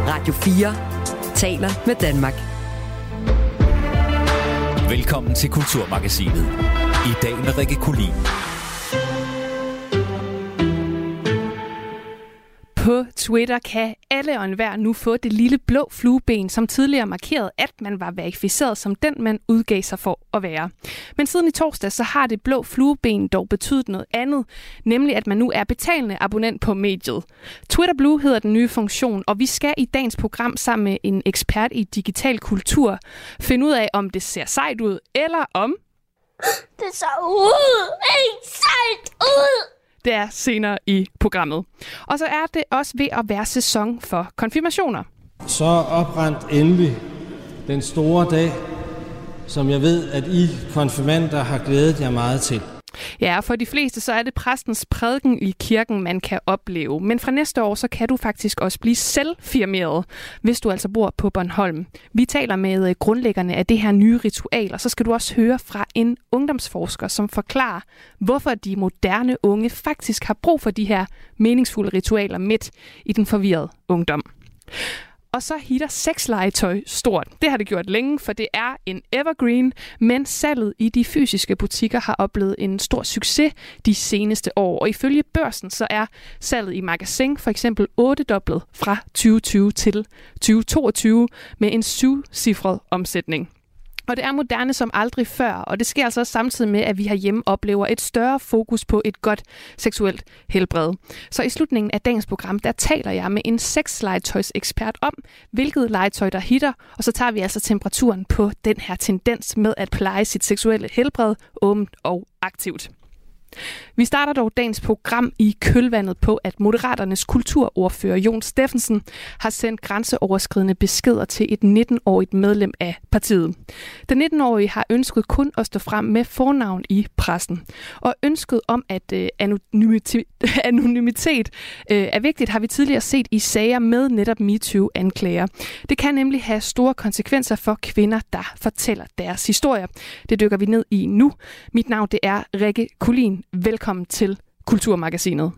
Radio 4 taler med Danmark. Velkommen til Kulturmagasinet. I dag med Rikke Kulin. På Twitter kan alle og enhver nu få det lille blå flueben, som tidligere markerede, at man var verificeret som den, man udgav sig for at være. Men siden i torsdag, så har det blå flueben dog betydet noget andet, nemlig at man nu er betalende abonnent på mediet. Twitter Blue hedder den nye funktion, og vi skal i dagens program sammen med en ekspert i digital kultur finde ud af, om det ser sejt ud, eller om... Det ser sejt ud! Det er senere i programmet. Og så er det også ved at være sæson for konfirmationer. Så oprendt endelig den store dag, som jeg ved, at I konfirmander har glædet jer meget til. Ja, for de fleste så er det præstens prædiken i kirken, man kan opleve. Men fra næste år, så kan du faktisk også blive selvfirmeret, hvis du altså bor på Bornholm. Vi taler med grundlæggerne af det her nye ritual, og så skal du også høre fra en ungdomsforsker, som forklarer, hvorfor de moderne unge faktisk har brug for de her meningsfulde ritualer midt i den forvirrede ungdom. Og så hitter sexlegetøj stort. Det har det gjort længe, for det er en evergreen, men salget i de fysiske butikker har oplevet en stor succes de seneste år. Og ifølge Børsen, så er salget i magasin for eksempel 8-doblet fra 2020 til 2022 med en 7-cifret omsætning. Og det er moderne som aldrig før, og det sker altså også samtidig med, at vi herhjemme oplever et større fokus på et godt seksuelt helbred. Så i slutningen af dagens program, der taler jeg med en sexlegetøjsekspert om, hvilket legetøj der hitter, og så tager vi altså temperaturen på den her tendens med at pleje sit seksuelle helbred åbent og aktivt. Vi starter dog dagens program i kølvandet på, at Moderaternes kulturordfører Jon Steffensen har sendt grænseoverskridende beskeder til et 19-årigt medlem af partiet. Den 19-årige har ønsket kun at stå frem med fornavn i pressen. Og ønsket om, at anonymitet er vigtigt, har vi tidligere set i sager med netop MeToo-anklager. Det kan nemlig have store konsekvenser for kvinder, der fortæller deres historier. Det dykker vi ned i nu. Mit navn det er Rikke Kulin. Velkommen til Kulturmagasinet.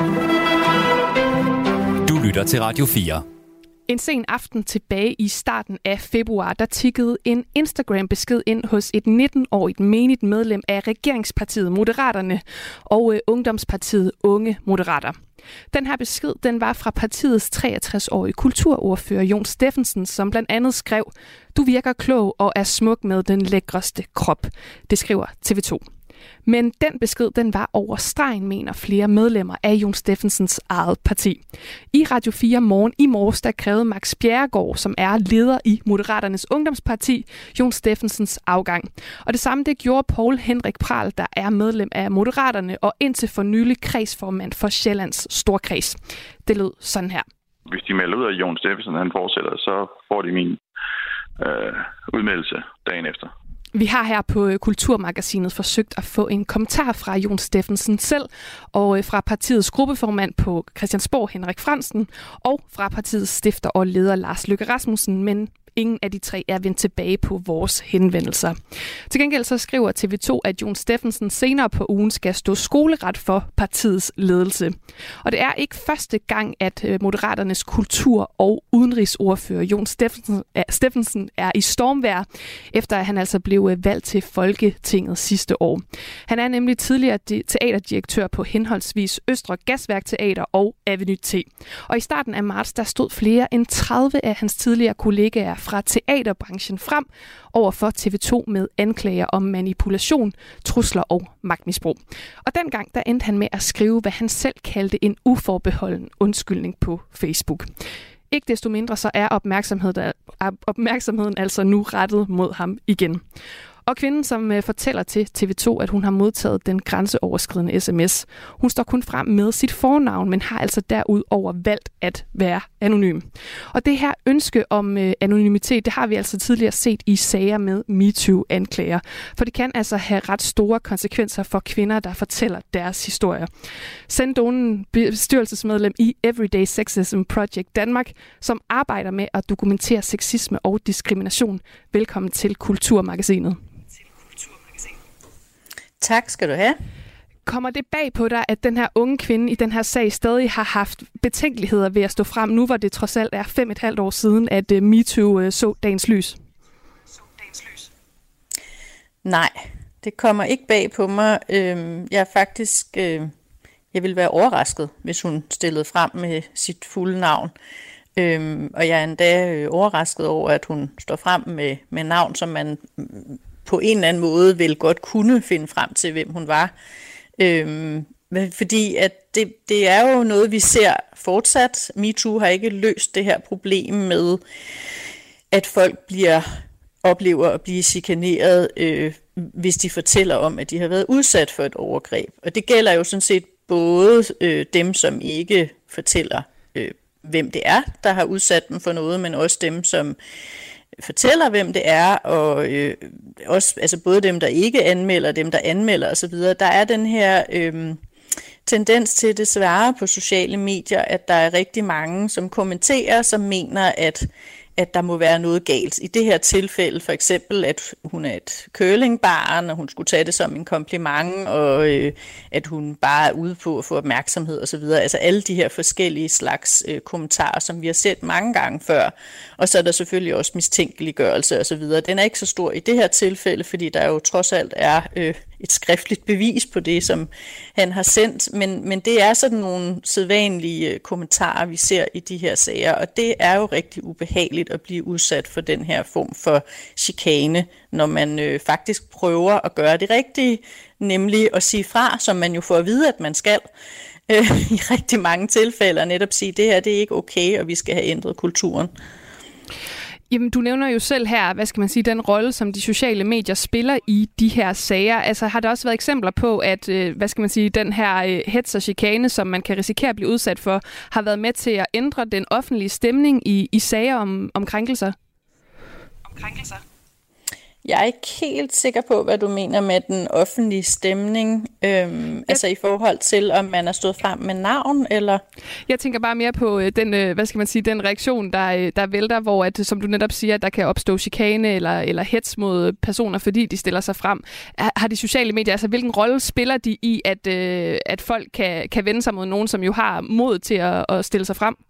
Du lytter til Radio 4. En sen aften tilbage i starten af februar, der tikkede en Instagram-besked ind hos et 19-årigt menigt medlem af regeringspartiet Moderaterne og ungdomspartiet Unge Moderater. Den her besked, den var fra partiets 63-årige kulturordfører Jon Steffensen, som blandt andet skrev: "Du virker klog og er smuk med den lækreste krop." Det skriver TV2. Men den besked, den var over stregen, mener flere medlemmer af Jon Steffensens eget parti. I Radio 4 Morgen i morges, der krævede Max Bjerregaard, som er leder i Moderaternes ungdomsparti, Jon Steffensens afgang. Og det samme, det gjorde Poul Henrik Pral, der er medlem af Moderaterne og indtil for nylig kredsformand for Sjællands Storkreds. Det lød sådan her. Hvis de melder ud af Jon Steffensen, han fortsætter, så får de min udmeldelse dagen efter. Vi har her på Kulturmagasinet forsøgt at få en kommentar fra Jon Steffensen selv, og fra partiets gruppeformand på Christiansborg, Henrik Fransen, og fra partiets stifter og leder Lars Løkke Rasmussen, men ingen af de tre er vendt tilbage på vores henvendelser. Til gengæld så skriver TV2, at Jon Steffensen senere på ugen skal stå skoleret for partiets ledelse. Og det er ikke første gang, at Moderaternes kultur- og udenrigsordfører Jon Steffensen er i stormvejr, efter at han altså blev valgt til Folketinget sidste år. Han er nemlig tidligere teaterdirektør på henholdsvis Østre Gasværk Teater og Avenue T. Og i starten af marts, der stod flere end 30 af hans tidligere kollegaer fra teaterbranchen frem over for TV2 med anklager om manipulation, trusler og magtmisbrug. Og dengang der endte han med at skrive, hvad han selv kaldte en uforbeholden undskyldning på Facebook. Ikke desto mindre så er opmærksomheden altså nu rettet mod ham igen. Og kvinden, som fortæller til TV2, at hun har modtaget den grænseoverskridende sms, hun står kun frem med sit fornavn, men har altså derudover valgt at være anonym. Og det her ønske om anonymitet, det har vi altså tidligere set i sager med MeToo-anklager. For det kan altså have ret store konsekvenser for kvinder, der fortæller deres historier. Sendonen, bestyrelsesmedlem i Everyday Sexism Project Danmark, som arbejder med at dokumentere sexisme og diskrimination. Velkommen til Kulturmagasinet. Tak skal du have. Kommer det bag på dig, at den her unge kvinde i den her sag stadig har haft betænkeligheder ved at stå frem, nu hvor det trods alt er 5,5 år siden, at MeToo så dagens lys? Nej, det kommer ikke bag på mig. Jeg er faktisk... Jeg ville være overrasket, hvis hun stillede frem med sit fulde navn. Og jeg er endda overrasket over, at hun står frem med navn, som man på en eller anden måde vil godt kunne finde frem til, hvem hun var. Fordi at det er jo noget, vi ser fortsat. MeToo har ikke løst det her problem med, at folk oplever at blive chikaneret, hvis de fortæller om, at de har været udsat for et overgreb. Og det gælder jo sådan set både dem, som ikke fortæller, hvem det er, der har udsat dem for noget, men også dem, som fortæller, hvem det er, og også altså både dem, der ikke anmelder, dem, der anmelder osv. Der er den her tendens til desværre på sociale medier, at der er rigtig mange, som kommenterer, som mener, at der må være noget galt. I det her tilfælde for eksempel, at hun er et curlingbarn, og hun skulle tage det som en kompliment, og at hun bare er ude på at få opmærksomhed osv. Altså alle de her forskellige slags kommentarer, som vi har set mange gange før. Og så er der selvfølgelig også mistænkeliggørelse osv. Den er ikke så stor i det her tilfælde, fordi der jo trods alt er et skriftligt bevis på det, som han har sendt. Men det er sådan nogle sædvanlige kommentarer, vi ser i de her sager, og det er jo rigtig ubehageligt at blive udsat for den her form for chikane, når man faktisk prøver at gøre det rigtige, nemlig at sige fra, som man jo får at vide, at man skal i rigtig mange tilfælde, og netop sige, det her det er ikke okay, og vi skal have ændret kulturen. Jamen, du nævner jo selv her, hvad skal man sige, den rolle, som de sociale medier spiller i de her sager. Altså, har der også været eksempler på, at, hvad skal man sige, den her hets og chikane, som man kan risikere at blive udsat for, har været med til at ændre den offentlige stemning i sager om krænkelser? Jeg er ikke helt sikker på, hvad du mener med den offentlige stemning, altså i forhold til, om man er stået frem med navn, eller? Jeg tænker bare mere på den, hvad skal man sige, den reaktion, der vælter, hvor, at, som du netop siger, at der kan opstå chikane eller hets mod personer, fordi de stiller sig frem. Har de sociale medier, altså hvilken rolle spiller de i, at folk kan vende sig mod nogen, som jo har mod til at stille sig frem?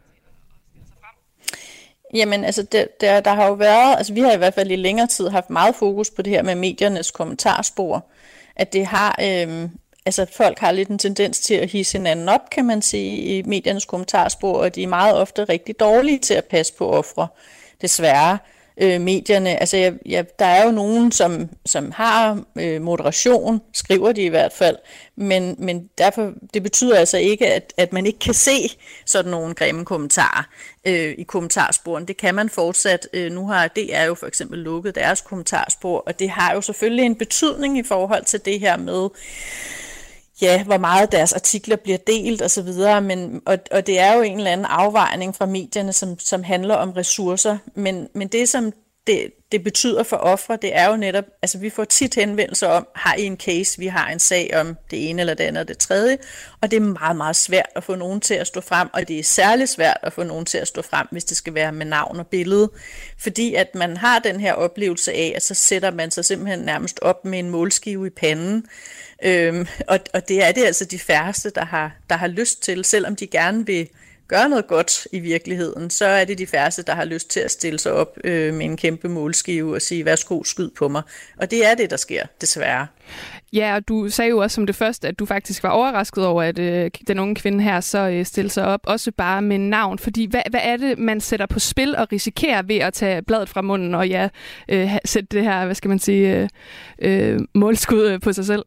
Jamen, altså, der har jo været, altså vi har i hvert fald i længere tid haft meget fokus på det her med mediernes kommentarspor, at det har, altså folk har lidt en tendens til at hisse hinanden op, kan man sige, i mediernes kommentarspor, og de er meget ofte rigtig dårlige til at passe på ofre, desværre. Medierne, altså der er jo nogen, som har moderation, skriver de i hvert fald, men derfor, det betyder altså ikke, at man ikke kan se sådan nogle grimme kommentarer i kommentarsporen. Det kan man fortsat. Nu har DR jo for eksempel lukket deres kommentarspor, og det har jo selvfølgelig en betydning i forhold til det her med, ja, hvor meget deres artikler bliver delt og så videre, og det er jo en eller anden afvejning fra medierne, som handler om ressourcer, men det som det betyder for ofre, det er jo netop, altså vi får tit henvendelser om, har I en case, vi har en sag om det ene eller det andet og det tredje, og det er meget, meget svært at få nogen til at stå frem, og det er særligt svært at få nogen til at stå frem, hvis det skal være med navn og billede, fordi at man har den her oplevelse af, at så sætter man sig simpelthen nærmest op med en målskive i panden, og det er det altså de færreste, der har lyst til, selvom de gerne vil gøre noget godt i virkeligheden, så er det de færreste, der har lyst til at stille sig op med en kæmpe målskive og sige, værsgo, skyd på mig. Og det er det, der sker, desværre. Ja, og du sagde jo også som det første, at du faktisk var overrasket over, at den unge kvinde her så stiller sig op, også bare med navn. Fordi hvad er det, man sætter på spil og risikerer ved at tage bladet fra munden og sætte det her, hvad skal man sige, målskud på sig selv?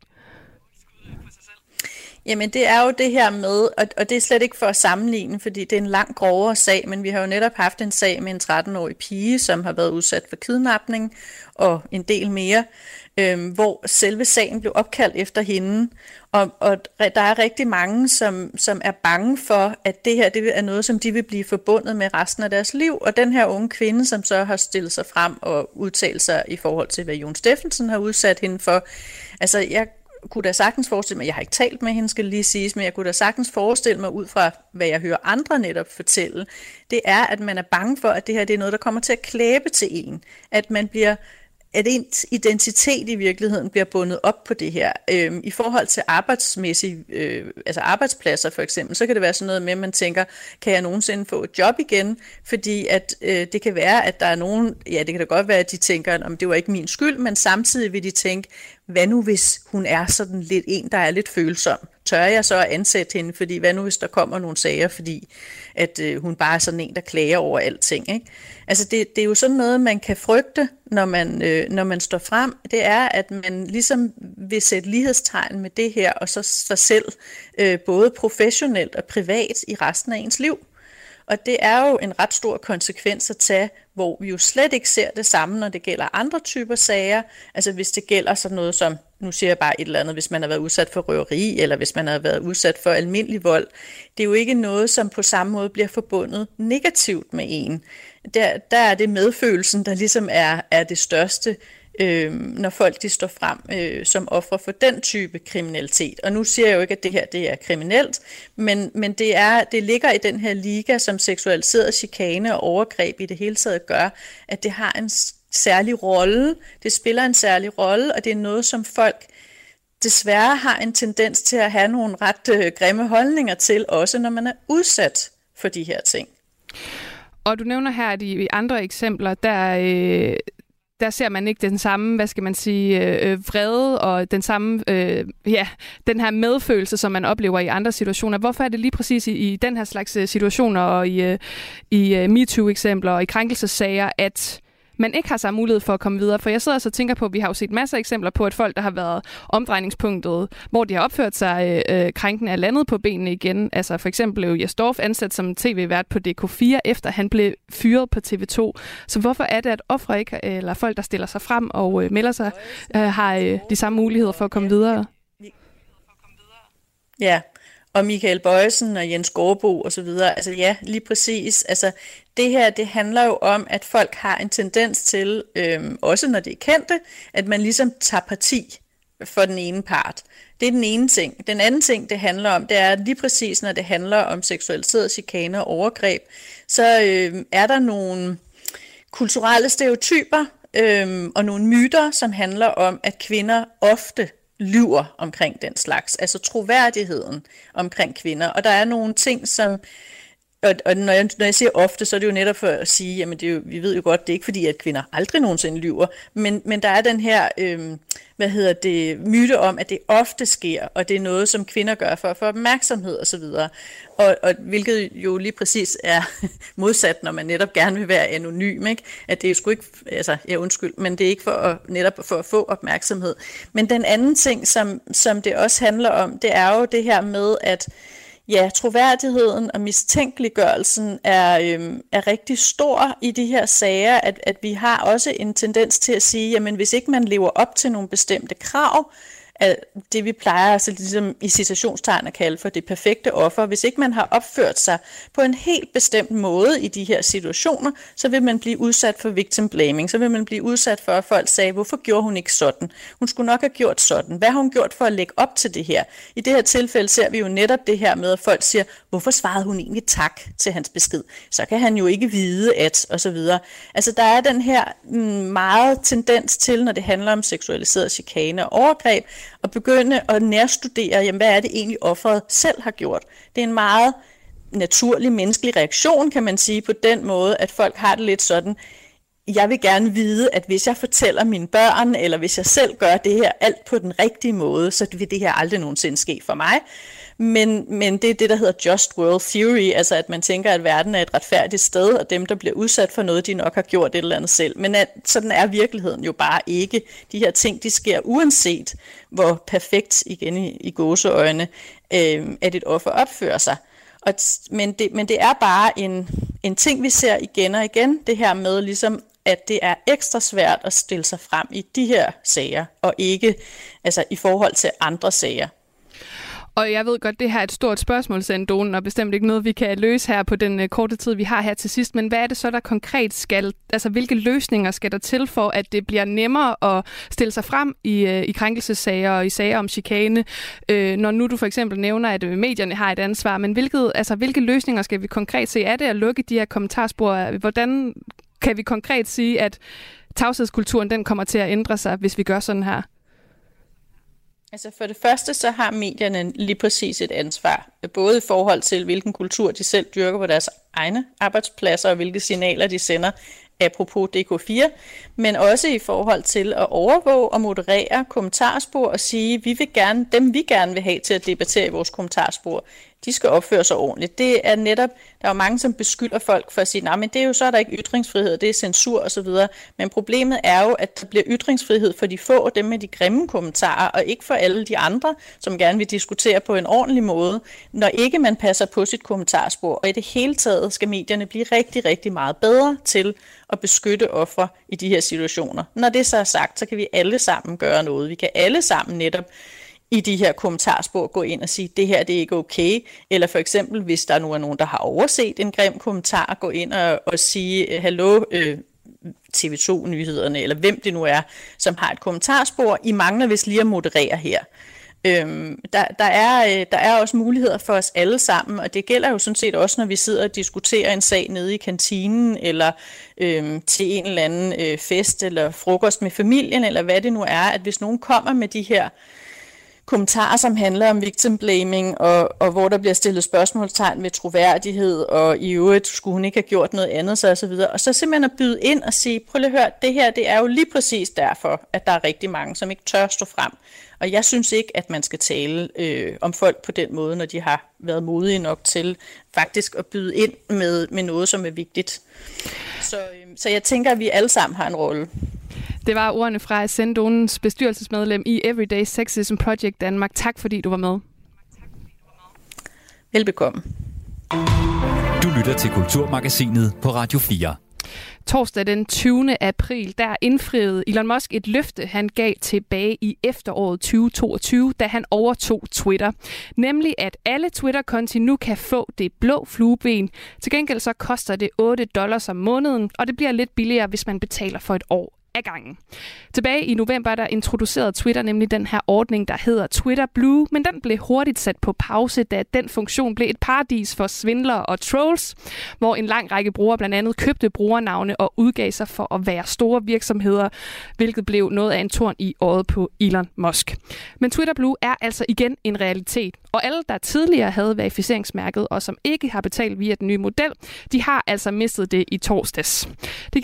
Jamen det er jo det her med, og det er slet ikke for at sammenligne, fordi det er en langt grovere sag, men vi har jo netop haft en sag med en 13-årig pige, som har været udsat for kidnapning og en del mere, hvor selve sagen blev opkaldt efter hende, og der er rigtig mange, som er bange for, at det her det er noget, som de vil blive forbundet med resten af deres liv, og den her unge kvinde, som så har stillet sig frem og udtalt sig i forhold til, hvad Jon Steffensen har udsat hende for, altså jeg kunne da sagtens forestille mig, jeg har ikke talt med hende, skal lige siges, men jeg kunne da sagtens forestille mig ud fra, hvad jeg hører andre netop fortælle, det er, at man er bange for, at det her det er noget, der kommer til at klæbe til en. At man bliver at ens identitet i virkeligheden bliver bundet op på det her. I forhold til arbejdspladser for eksempel, så kan det være sådan noget med, at man tænker, kan jeg nogensinde få et job igen? Fordi at det kan være, at der er nogen, ja, det kan da godt være, at de tænker, om det var ikke min skyld, men samtidig vil de tænke, hvad nu hvis hun er sådan lidt en, der er lidt følsom? Tør jeg så at ansætte hende? Fordi hvad nu hvis der kommer nogle sager, fordi at hun bare er sådan en, der klager over alting, ikke? Altså det er jo sådan noget, man kan frygte, når man står frem. Det er, at man ligesom vil sætte lighedstegn med det her, og så sig selv, både professionelt og privat i resten af ens liv. Og det er jo en ret stor konsekvens at tage, hvor vi jo slet ikke ser det samme, når det gælder andre typer sager. Altså hvis det gælder sådan noget som, nu siger jeg bare et eller andet, hvis man har været udsat for røveri, eller hvis man har været udsat for almindelig vold. Det er jo ikke noget, som på samme måde bliver forbundet negativt med en. Der er det medfølelsen, der ligesom er det største, når folk de står frem som ofre for den type kriminalitet. Og nu siger jeg jo ikke, at det her det er kriminelt, men det ligger i den her liga, som seksualiseret chikane og overgreb i det hele taget gør, at det har en særlig rolle. Det spiller en særlig rolle, og det er noget, som folk desværre har en tendens til at have nogle ret grimme holdninger til, også når man er udsat for de her ting. Og du nævner her, at i andre eksempler, der ser man ikke den samme, hvad skal man sige, vrede og den samme, den her medfølelse, som man oplever i andre situationer. Hvorfor er det lige præcis i den her slags situationer og i MeToo-eksempler og i krænkelsessager, at man ikke har samme mulighed for at komme videre? For jeg sidder og tænker på, at vi har jo set masser af eksempler på, at folk, der har været omdrejningspunktet, hvor de har opført sig krænkende, er landet på benene igen. Altså for eksempel blev Jes Dorph ansat som tv-vært på DK4, efter han blev fyret på TV2. Så hvorfor er det, at ofre ikke, eller folk, der stiller sig frem og melder sig, har de samme muligheder for at komme videre? Ja, og Michael Bojesen og Jens Gårdbo og så videre. Altså ja, lige præcis. Altså det her, det handler jo om, at folk har en tendens til, også når det er kendte, at man ligesom tager parti for den ene part. Det er den ene ting. Den anden ting, det handler om, det er lige præcis, når det handler om seksualiseret chikane og overgreb, så er der nogle kulturelle stereotyper og nogle myter, som handler om, at kvinder ofte lyver omkring den slags, altså troværdigheden omkring kvinder. Og der er nogle ting, som, og når jeg siger ofte, så er det jo netop for at sige, jamen det er jo, vi ved jo godt, det er ikke fordi, at kvinder aldrig nogensinde lyver, men der er den her, myte om, at det ofte sker, og det er noget, som kvinder gør for at få opmærksomhed osv. Og hvilket jo lige præcis er modsat, når man netop gerne vil være anonym, ikke? At det er sgu ikke, altså, men det er ikke netop for at få opmærksomhed. Men den anden ting, som det også handler om, det er jo det her med, at ja, troværdigheden og mistænkeliggørelsen er rigtig stor i de her sager, at vi har også en tendens til at sige, jamen hvis ikke man lever op til nogle bestemte krav, det vi plejer altså ligesom i citationstegn at kalde for det perfekte offer. Hvis ikke man har opført sig på en helt bestemt måde i de her situationer, så vil man blive udsat for victim blaming. Så vil man blive udsat for, at folk sagde, hvorfor gjorde hun ikke sådan? Hun skulle nok have gjort sådan. Hvad har hun gjort for at lægge op til det her? I det her tilfælde ser vi jo netop det her med, at folk siger, hvorfor svarede hun egentlig tak til hans besked? Så kan han jo ikke vide at, og så videre. Altså der er den her meget tendens til, når det handler om seksualiseret chikane og overgreb, at begynde at nærstudere, jamen, hvad er det egentlig offeret selv har gjort. Det er en meget naturlig menneskelig reaktion, kan man sige, på den måde, at folk har det lidt sådan, jeg vil gerne vide, at hvis jeg fortæller mine børn, eller hvis jeg selv gør det her alt på den rigtige måde, så vil det her aldrig nogensinde ske for mig. Men det er det, der hedder Just World Theory, altså at man tænker, at verden er et retfærdigt sted, og dem, der bliver udsat for noget, de nok har gjort et eller andet selv. Men sådan er virkeligheden jo bare ikke. De her ting, de sker uanset, hvor perfekt, igen i gåseøjne, at et offer opfører sig. Men det er bare en ting, vi ser igen og igen, det her med ligesom, at det er ekstra svært at stille sig frem i de her sager, og ikke altså i forhold til andre sager. Og jeg ved godt, det her er et stort spørgsmål, Donen, og bestemt ikke noget, vi kan løse her på den korte tid, vi har her til sidst. Men hvad er det så, der konkret skal, altså hvilke løsninger skal der til for, at det bliver nemmere at stille sig frem i krænkelsessager og i sager om chikane, når nu du for eksempel nævner, at medierne har et ansvar, men hvilke løsninger skal vi konkret se? Er det at lukke de her kommentarspor? Hvordan kan vi konkret sige, at tavshedskulturen den kommer til at ændre sig, hvis vi gør sådan her? Altså for det første, så har medierne lige præcis et ansvar, både i forhold til, hvilken kultur de selv dyrker på deres egne arbejdspladser, og hvilke signaler de sender, apropos DK4, men også i forhold til at overvåge og moderere kommentarspor og sige, dem vi gerne vil have til at debattere i vores kommentarspor, de skal opføre sig ordentligt. Det er netop, der er jo mange, som beskylder folk for at sige, nej, men det er jo så, er der ikke ytringsfrihed, det er censur osv. Men problemet er jo, at der bliver ytringsfrihed for de få, dem med de grimme kommentarer, og ikke for alle de andre, som gerne vil diskutere på en ordentlig måde, når ikke man passer på sit kommentarspor. Og i det hele taget skal medierne blive rigtig, rigtig meget bedre til at beskytte ofre i de her situationer. Når det så er sagt, så kan vi alle sammen gøre noget. Vi kan alle sammen netop i de her kommentarspor gå ind og sige, det her det er ikke okay. Eller for eksempel, hvis der nu er nogen, der har overset en grim kommentar, gå ind og sige, hallo, TV2-nyhederne, eller hvem det nu er, som har et kommentarspor. I mangler vist lige at moderere her. Der er også muligheder for os alle sammen, og det gælder jo sådan set også, når vi sidder og diskuterer en sag nede i kantinen, eller til en eller anden fest, eller frokost med familien, eller hvad det nu er, at hvis nogen kommer med de her kommentarer, som handler om victim blaming, og hvor der bliver stillet spørgsmålstegn ved troværdighed, og i øvrigt skulle hun ikke have gjort noget andet, så og så videre. Og så simpelthen at byde ind og sige, prøv lige at høre, det her, det er jo lige præcis derfor, at der er rigtig mange, som ikke tør stå frem. Og jeg synes ikke, at man skal tale om folk på den måde, når de har været modige nok til faktisk at byde ind med noget, som er vigtigt. Så jeg tænker, at vi alle sammen har en rolle. Det var ordene fra Sendonens bestyrelsesmedlem i Everyday Sexism Project Danmark. Tak fordi du var med. Velbekomme. Du lytter til Kulturmagasinet på Radio 4. Torsdag den 20. april, der indfriede Elon Musk et løfte, han gav tilbage i efteråret 2022, da han overtog Twitter. Nemlig, at alle Twitter-konti nu kan få det blå flueben. Til gengæld så koster det $8 om måneden, og det bliver lidt billigere, hvis man betaler for et år af gangen. Tilbage i november, der introducerede Twitter nemlig den her ordning, der hedder Twitter Blue, men den blev hurtigt sat på pause, da den funktion blev et paradis for svindlere og trolls, hvor en lang række brugere blandt andet købte brugernavne og udgav sig for at være store virksomheder, hvilket blev noget af en torn i øjet på Elon Musk. Men Twitter Blue er altså igen en realitet, og alle, der tidligere havde verificeringsmærket og som ikke har betalt via den nye model, de har altså mistet det i torsdags. Det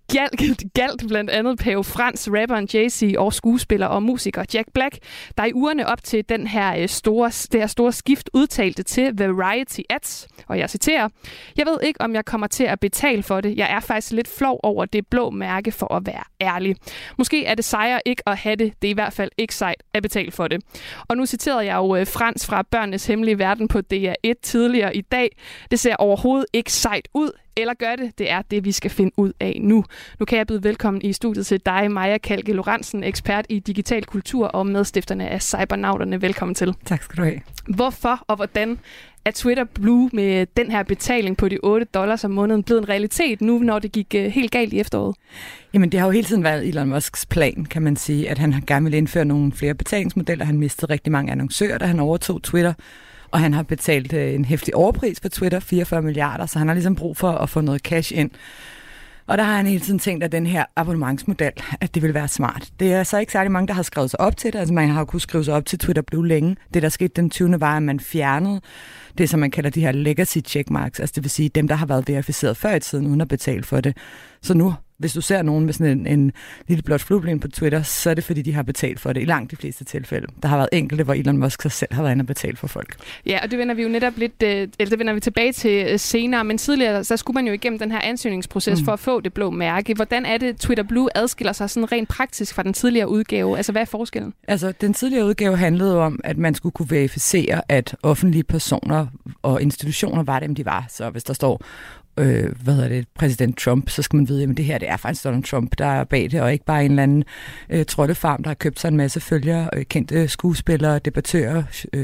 galt blandt andet Pave Frans, rapperen Jay-Z og skuespiller og musiker Jack Black, der i ugerne op til det her store skift udtalte til Variety Ads, og jeg citerer, jeg ved ikke, om jeg kommer til at betale for det. Jeg er faktisk lidt flov over det blå mærke for at være ærlig. Måske er det sejere ikke at have det. Det er i hvert fald ikke sejt at betale for det. Og nu citerede jeg jo Frans fra Børnenes Hemmelige Verden på DR1 tidligere i dag. Det ser overhovedet ikke sejt ud. Eller gør det? Det er det, vi skal finde ud af nu. Nu kan jeg byde velkommen i studiet til dig, Maja Kalke Lorentzen, ekspert i digital kultur og medstifterne af Cybernauterne. Velkommen til. Tak skal du have. Hvorfor og hvordan er Twitter Blue med den her betaling på de $8 om måneden blevet en realitet nu, når det gik helt galt i efteråret? Jamen, det har jo hele tiden været Elon Musks plan, kan man sige, at han gerne ville indføre nogle flere betalingsmodeller. Han mistede rigtig mange annoncører, da han overtog Twitter. Og han har betalt en heftig overpris for Twitter, 44 milliarder, så han har ligesom brug for at få noget cash ind. Og der har han hele tiden tænkt, at den her abonnementsmodel, at det vil være smart. Det er så ikke særlig mange, der har skrevet sig op til det. Altså man har jo kunnet skrive sig op til Twitter Blue længe. Det, der skete den 20. var, at man fjernede det, som man kalder de her legacy checkmarks. Altså det vil sige dem, der har været verificeret før i tiden, uden at betale for det. Så nu, hvis du ser nogen med sådan en lille blåt flueben på Twitter, så er det fordi, de har betalt for det i langt de fleste tilfælde. Der har været enkelte, hvor Elon Musk sig selv har været inde og betalt for folk. Ja, og det vender vi jo netop lidt, eller det vender vi tilbage til senere, men tidligere, så skulle man jo igennem den her ansøgningsproces for at få det blå mærke. Hvordan er det, Twitter Blue adskiller sig sådan rent praktisk fra den tidligere udgave? Altså, hvad er forskellen? Altså, den tidligere udgave handlede om, at man skulle kunne verificere, at offentlige personer og institutioner var dem, de var. Så hvis der står præsident Trump, så skal man vide, at det her det er faktisk Donald Trump, der er bag det, og ikke bare en eller anden troldefarm, der har købt sig en masse følgere, kendte skuespillere, debattører,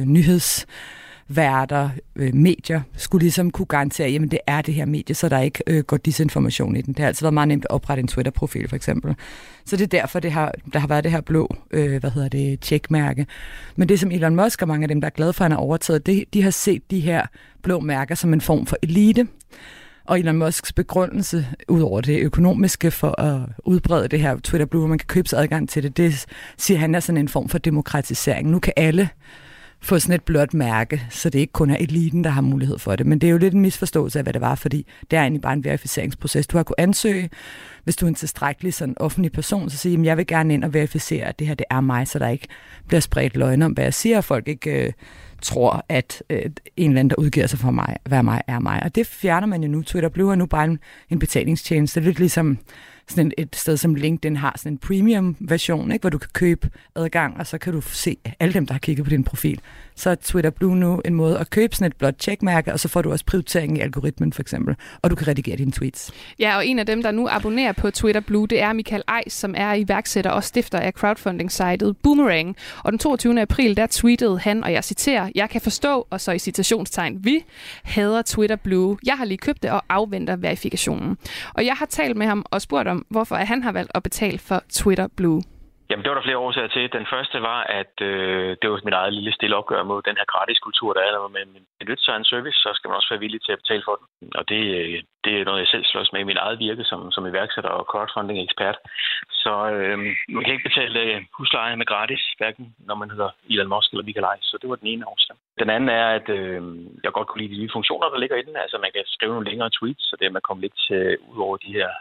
nyhedsværter, medier, skulle ligesom kunne garantere, at det er det her medie, så der ikke går disinformation i den. Det har altid været meget nemt at oprette en Twitter-profil, for eksempel. Så det er derfor, der har været det her blå, checkmærke. Men det, som Elon Musk og mange af dem, der er glade for, at han har overtaget, de har set de her blå mærker som en form for elite. Og Elon Musks begrundelse, ud over det økonomiske for at udbrede det her Twitter Blue, hvor man kan købe sig adgang til det, det siger han er sådan en form for demokratisering. Nu kan alle få sådan et blåt mærke, så det ikke kun er eliten, der har mulighed for det. Men det er jo lidt en misforståelse af, hvad det var, fordi det er egentlig bare en verificeringsproces. Du har kunnet ansøge, hvis du er en tilstrækkelig sådan offentlig person, så sige, jeg vil gerne ind og verificere, at det her det er mig, så der ikke bliver spredt løgn om, hvad jeg siger, og folk ikke tror, at en eller anden, der udgiver sig for mig, hvad mig er mig. Og det fjerner man jo nu. Twitter Blue er nu bare en betalingstjeneste. Det er lidt ligesom sådan et sted som LinkedIn har sådan en premium version, ikke, hvor du kan købe adgang, og så kan du se alle dem, der har kigget på din profil. Så er Twitter Blue nu en måde at købe sådan et blåt checkmærke, og så får du også prioritering i algoritmen for eksempel, og du kan redigere dine tweets. Ja, og en af dem, der nu abonnerer på Twitter Blue, det er Michael Eis, som er iværksætter og stifter af crowdfunding-sitet Boomerang. Og den 22. april, der tweetede han, og jeg citerer, jeg kan forstå, og så i citationstegn, vi hader Twitter Blue. Jeg har lige købt det og afventer verifikationen. Og jeg har talt med ham og spurgt om, hvorfor han har valgt at betale for Twitter Blue. Jamen, det var der flere årsager til. Den første var, at det var mit eget lille stille opgør mod den her gratiskultur, der er, når man benytter sig af en service, så skal man også være villig til at betale for den. Og det er noget, jeg selv slås med i mit eget virke som iværksætter og crowdfunding-ekspert. Så man kan ikke betale husleje med gratis, hverken når man hedder Elon Musk eller Michael Eis. Så det var den ene årsag. Den anden er, at jeg godt kunne lide de nye funktioner, der ligger i den. Altså, man kan skrive nogle længere tweets, så det er, at man kommer lidt ud over de her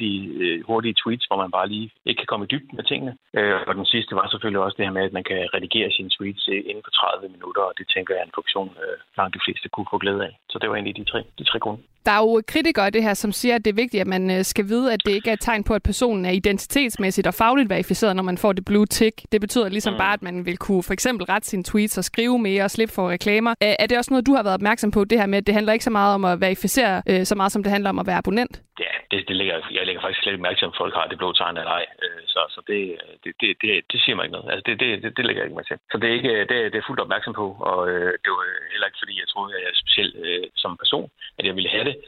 hurtige tweets, hvor man bare lige ikke kan komme i dybden med tingene. Og den sidste var selvfølgelig også det her med, at man kan redigere sine tweets inden for 30 minutter, og det tænker jeg er en funktion, langt de fleste kunne få glæde af. Så det var egentlig de tre grunde. Der er jo kritikere af det her, som siger, at det er vigtigt, at man skal vide, at det ikke er et tegn på, at personen er identitetsmæssigt og fagligt verificeret, når man får det blue tick. Det betyder ligesom bare, at man vil kunne for eksempel rette sine tweets og skrive mere og slippe for reklamer. Er det også noget, du har været opmærksom på, det her med, at det handler ikke så meget om at verificere, så meget som det handler om at være abonnent? Ja, jeg lægger faktisk slet ikke mærke til, om folk har det blå tegn eller ej. Så det siger mig ikke noget. Altså, det lægger jeg ikke mærke til. Så det er fuldt opmærksom på, og det var heller ikke, fordi jeg troede, at jeg er specielt som person, at jeg ville have det.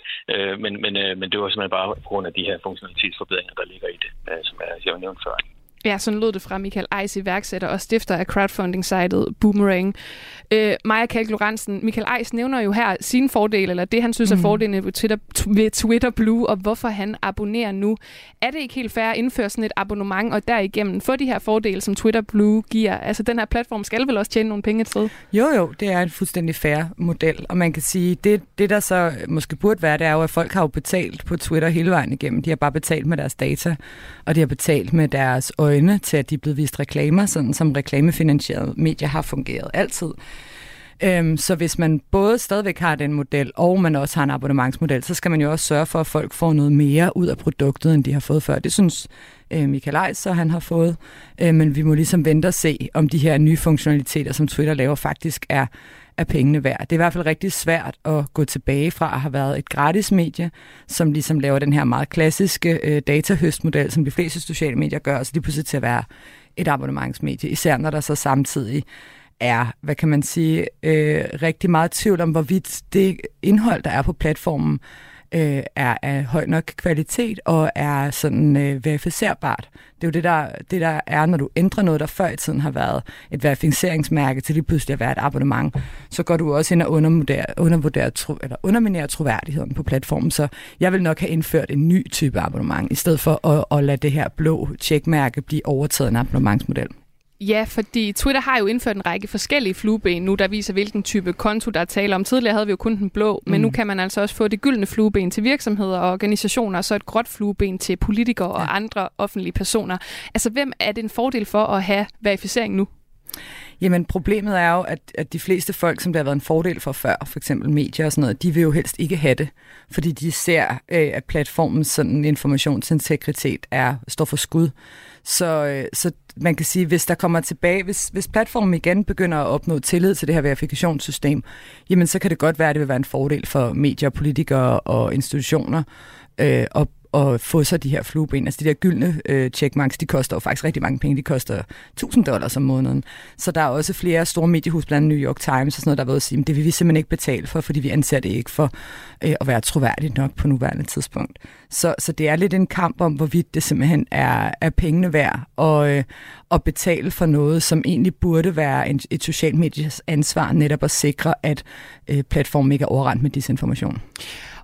Men det var simpelthen bare på grund af de her funktionalitetsforbedringer, der ligger i det, som jeg nævnte før. Ja, sådan lød det fra Michael Eis, iværksætter og stifter af crowdfunding-sitet Boomerang. Maja Kalk Lorentzen, Michael Eis nævner jo her sine fordele, eller det han synes er fordelene ved Twitter Blue, og hvorfor han abonnerer nu. Er det ikke helt fair at indføre sådan et abonnement, og derigennem få de her fordele, som Twitter Blue giver? Altså, den her platform skal vel også tjene nogle penge et sted? Jo, det er en fuldstændig fair model, og man kan sige, det der så måske burde være, det er jo, at folk har jo betalt på Twitter hele vejen igennem. De har bare betalt med deres data, og de har betalt med deres øjne til, at de er blevet vist reklamer, sådan som reklamefinansierede medier har fungeret altid. Så hvis man både stadigvæk har den model, og man også har en abonnementsmodel, så skal man jo også sørge for, at folk får noget mere ud af produktet, end de har fået før. Det synes Michael Eis, så han har fået. Men vi må ligesom vente og se, om de her nye funktionaliteter, som Twitter laver, faktisk er pengene værd. Det er i hvert fald rigtig svært at gå tilbage fra at have været et gratis medie, som ligesom laver den her meget klassiske datahøstmodel, som de fleste sociale medier gør, så det er pludselig til at være et abonnementsmedie, især når der så samtidig er, hvad kan man sige, rigtig meget tvivl om, hvorvidt det indhold, der er på platformen, er af høj nok kvalitet og er sådan verificerbart. Det er jo det der er, når du ændrer noget, der før i tiden har været et verificeringsmærke til lige pludselig at være et abonnement, så går du også ind og underminerer troværdigheden på platformen. Så jeg vil nok have indført en ny type abonnement, i stedet for at lade det her blå checkmærke blive overtaget en abonnementsmodel. Ja, fordi Twitter har jo indført en række forskellige flueben nu, der viser, hvilken type konto, der er tale om. Tidligere havde vi jo kun den blå, men nu kan man altså også få det gyldne flueben til virksomheder og organisationer, og så et gråt flueben til politikere og andre offentlige personer. Altså, hvem er det en fordel for at have verificering nu? Jamen, problemet er jo, at de fleste folk, som der har været en fordel for før, for eksempel medier og sådan noget, de vil jo helst ikke have det, fordi de ser, at platformens sådan informationsintegritet står for skud. Så man kan sige, hvis der kommer tilbage, hvis platformen igen begynder at opnå tillid til det her verifikationssystem, jamen så kan det godt være, at det vil være en fordel for medier, politikere og institutioner og få så de her flueben. Altså de der gyldne checkmarks, de koster jo faktisk rigtig mange penge. De koster $1,000 om måneden. Så der er også flere store mediehus, blandt New York Times og sådan noget, der vil sige, at det vil vi simpelthen ikke betale for, fordi vi anser det ikke for at være troværdigt nok på nuværende tidspunkt. Så det er lidt en kamp om, hvorvidt det simpelthen er pengene værd at betale for noget, som egentlig burde være et socialt medies ansvar, netop at sikre, at platformen ikke er overrendt med disinformation.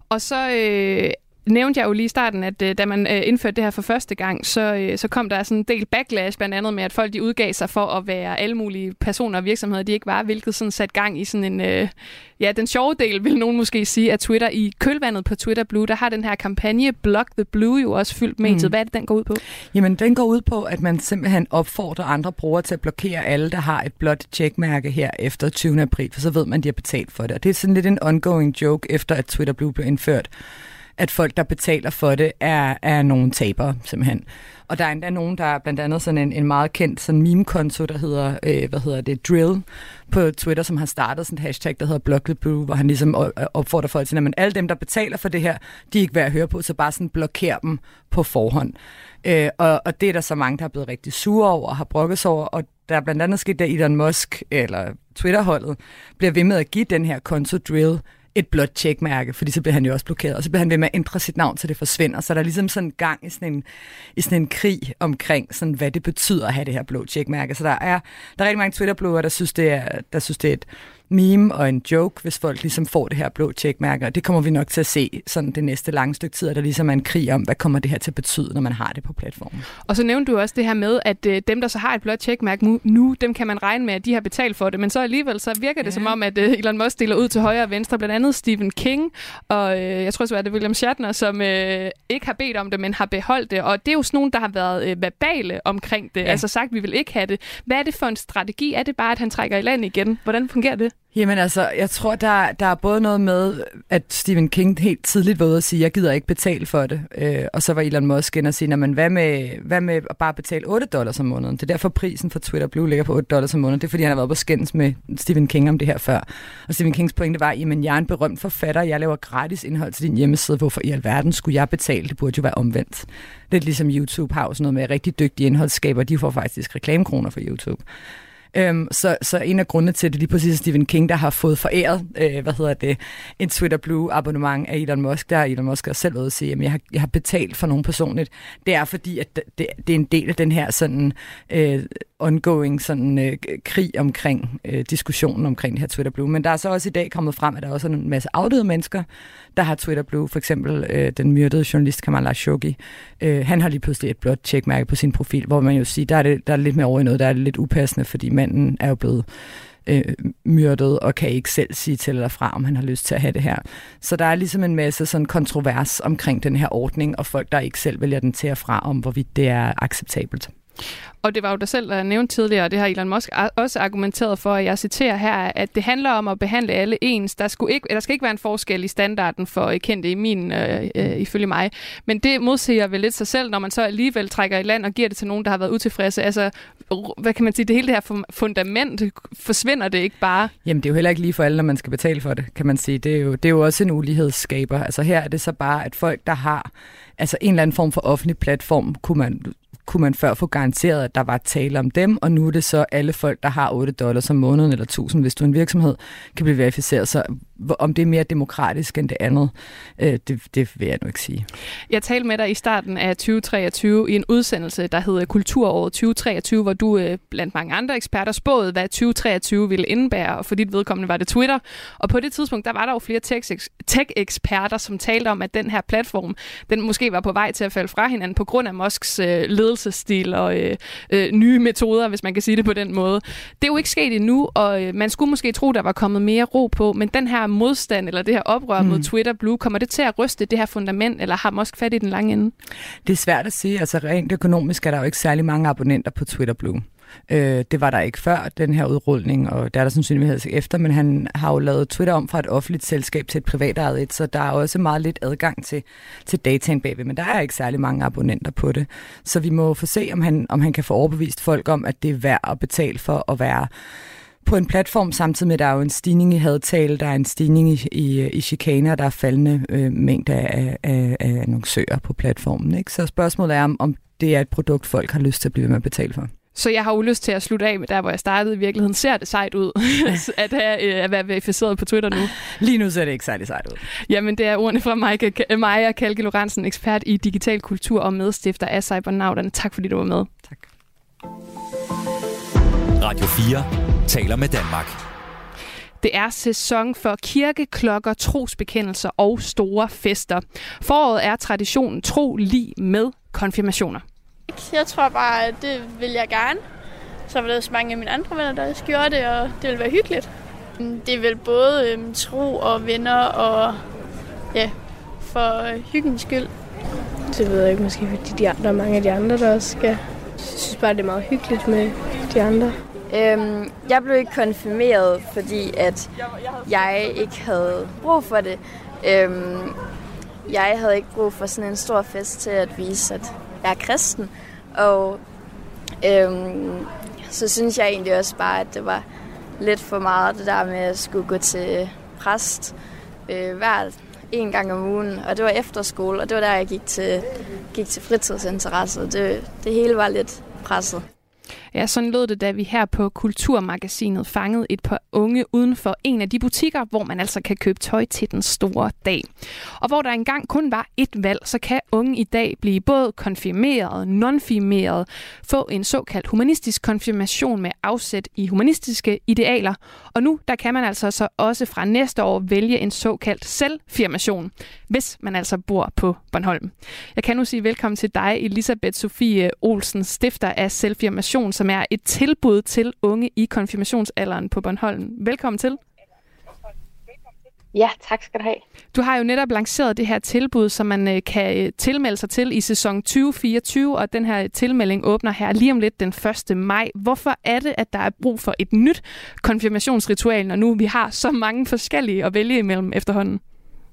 Og så nævnte jeg jo lige i starten, at da man indførte det her for første gang, så kom der sådan en del backlash, blandt andet med, at folk de udgav sig for at være alle mulige personer og virksomheder, de ikke var, hvilket sådan satte gang i sådan en... den sjove del, vil nogen måske sige, at Twitter i kølvandet på Twitter Blue, der har den her kampagne Block the Blue jo også fyldt med. Hvad er det, den går ud på? Jamen, den går ud på, at man simpelthen opfordrer andre brugere til at blokere alle, der har et blåt checkmærke her efter 20. april, for så ved man, at de har betalt for det. Og det er sådan lidt en ongoing joke, efter at Twitter Blue blev indført, at folk, der betaler for det, er nogle tabere, simpelthen. Og der er endda nogen, der er blandt andet sådan en meget kendt sådan meme-konto, der hedder Drill på Twitter, som har startet sådan et hashtag, der hedder Block the Blue, hvor han ligesom opfordrer folk til, at alle dem, der betaler for det her, de er ikke værd at høre på, så bare sådan blokér dem på forhånd. Og det er der så mange, der er blevet rigtig sure over og har brokket sig over, og der er blandt andet sket, der Elon Musk, eller Twitter-holdet, bliver ved med at give den her konto Drill et blåt checkmærke, fordi så bliver han jo også blokeret, og så bliver han ved med at ændre sit navn, så det forsvinder. Så der er ligesom sådan gang i sådan en krig omkring, sådan, hvad det betyder at have det her blå checkmærke. Så der er rigtig mange Twitter-blogere, der synes, det er et meme og en joke, hvis folk ligesom får det her blå checkmærke, og det kommer vi nok til at se sådan det næste lange stykke tid, at der ligesom er en krig om, hvad kommer det her til at betyde, når man har det på platformen. Og så nævnte du også det her med, at dem, der så har et blåt checkmærke nu, dem kan man regne med, at de har betalt for det, men så alligevel så virker det som om, at Elon Musk deler ud til højre og venstre, blandt andet Stephen King, og jeg tror så er det William Shatner, som ikke har bedt om det, men har beholdt det, og det er jo sådan nogen, der har været verbale omkring det, altså sagt, vi vil ikke have det. Hvad er det for en strategi? Er det bare, at han trækker i land igen? Hvordan fungerer det? Jamen altså, jeg tror, der er både noget med, at Stephen King helt tidligt var ude at sige, jeg gider ikke betale for det. Og så var Elon Musk ind og sige, men hvad med at bare betale $8 om måneden? Det er derfor prisen for Twitter Blue ligger på $8 om måneden. Det er fordi, han har været på skændes med Stephen King om det her før. Og Stephen Kings pointe var, jamen jeg er en berømt forfatter, jeg laver gratis indhold til din hjemmeside. Hvorfor i alverden skulle jeg betale? Det burde jo være omvendt. Lidt ligesom YouTube har også noget med rigtig dygtige indholdsskaber. De får faktisk reklamekroner for YouTube. Så en af grundene til, det lige præcis Stephen King, der har fået foræret, en Twitter Blue abonnement af Elon Musk, der Elon Musk har selv ved at sige, at jeg har betalt for nogen personligt. Det er fordi, at det er en del af den her sådan ongoing sådan krig omkring diskussionen omkring det her Twitter Blue. Men der er så også i dag kommet frem, at der er også en masse afdøde mennesker, der har Twitter Blue. For eksempel den myrdede journalist Kamal Khashoggi. Han har lige pludselig et blåt checkmærke på sin profil, hvor man jo siger, der er lidt mere over i noget, der er lidt upassende, fordi manden er jo blevet myrdet og kan ikke selv sige til eller fra, om han har lyst til at have det her. Så der er ligesom en masse sådan kontrovers omkring den her ordning, og folk, der ikke selv vælger den til og fra, om hvorvidt det er acceptabelt. Og det var jo dig selv, der nævnte tidligere, og det har Elon Musk også argumenteret for, at jeg citerer her, at det handler om at behandle alle ens. Der skal ikke være en forskel i standarden for kendte ifølge mig. Men det modsiger vel lidt sig selv, når man så alligevel trækker i land og giver det til nogen, der har været utilfredse. Altså, hvad kan man sige, det hele det her fundament, forsvinder det ikke bare? Jamen, det er jo heller ikke lige for alle, når man skal betale for det, kan man sige. Det er jo også en ulighedsskaber. Altså her er det så bare, at folk, der har en eller anden form for offentlig platform, kunne man før få garanteret, at der var tale om dem, og nu er det så alle folk, der har $8 om måneden, eller 1.000, hvis du er en virksomhed, kan blive verificeret. Så om det er mere demokratisk end det andet, det vil jeg nu ikke sige. Jeg talte med dig i starten af 2023 i en udsendelse, der hedder Kulturåret 2023, hvor du blandt mange andre eksperter spåede, hvad 2023 ville indebære, og for dit vedkommende var det Twitter. Og på det tidspunkt, der var der jo flere tech-eksperter, som talte om, at den her platform, den måske var på vej til at falde fra hinanden på grund af Musks ledelsesstil og nye metoder, hvis man kan sige det på den måde. Det er jo ikke sket endnu, og man skulle måske tro, der var kommet mere ro på, men den her modstand eller det her oprør mod Twitter Blue, kommer det til at ryste det her fundament, eller har Musk fat i den lange ende? Det er svært at sige. Altså rent økonomisk er der jo ikke særlig mange abonnenter på Twitter Blue. Det var der ikke før den her udrulning, og der er der sandsynligvis efter, men han har jo lavet Twitter om fra et offentligt selskab til et privatejet et, så der er også meget lidt adgang til dataen bagved, men der er ikke særlig mange abonnenter på det. Så vi må få se, om han kan få overbevist folk om, at det er værd at betale for at være på en platform, samtidig med, at der er jo en stigning i hadtale, der er en stigning i chikaner, der er faldende mængder af annoncører på platformen. Ikke? Så spørgsmålet er, om det er et produkt, folk har lyst til at blive ved med at betale for. Så jeg har jo lyst til at slutte af med der, hvor jeg startede i virkeligheden. Ser det sejt ud at være verificeret på Twitter nu? Lige nu ser det ikke særlig sejt ud. Jamen, det er ordene fra Maja Kalke Lorentzen, ekspert i digital kultur og medstifter af Cybernauterne. Tak fordi du var med. Tak. Radio 4 taler med Danmark. Det er sæson for kirkeklokker, trosbekendelser og store fester. Foråret er traditionen tro lig med konfirmationer. Jeg tror bare, at det vil jeg gerne. Så var der også mange af mine andre venner, der også gjorde det, og det vil være hyggeligt. Det er vel både tro og venner og ja, for hyggens skyld. Det ved jeg ikke, måske fordi der er mange af de andre, der også skal. Jeg synes bare, det er meget hyggeligt med de andre. Jeg blev ikke konfirmeret, fordi at jeg ikke havde brug for det. Jeg havde ikke brug for sådan en stor fest til at vise, at jeg er kristen. Og så synes jeg egentlig også bare, at det var lidt for meget det der med at skulle gå til præst hver en gang om ugen. Og det var efterskole, og det var der, jeg gik til fritidsinteresse. Det hele var lidt presset. Ja, sådan lød det, da vi her på Kulturmagasinet fangede et par unge uden for en af de butikker, hvor man altså kan købe tøj til den store dag. Og hvor der engang kun var ét valg, så kan unge i dag blive både konfirmeret, nonfirmeret, få en såkaldt humanistisk konfirmation med afsæt i humanistiske idealer. Og nu, der kan man altså så også fra næste år vælge en såkaldt selvfirmation, hvis man altså bor på Bornholm. Jeg kan nu sige velkommen til dig, Elisabeth Sofie Olsen, stifter af Selvfirmation, som er et tilbud til unge i konfirmationsalderen på Bornholm. Velkommen til. Ja, tak skal du have. Du har jo netop lanceret det her tilbud, som man kan tilmelde sig til i sæson 2024, og den her tilmelding åbner her lige om lidt den 1. maj. Hvorfor er det, at der er brug for et nyt konfirmationsritual, når nu vi har så mange forskellige at vælge imellem efterhånden?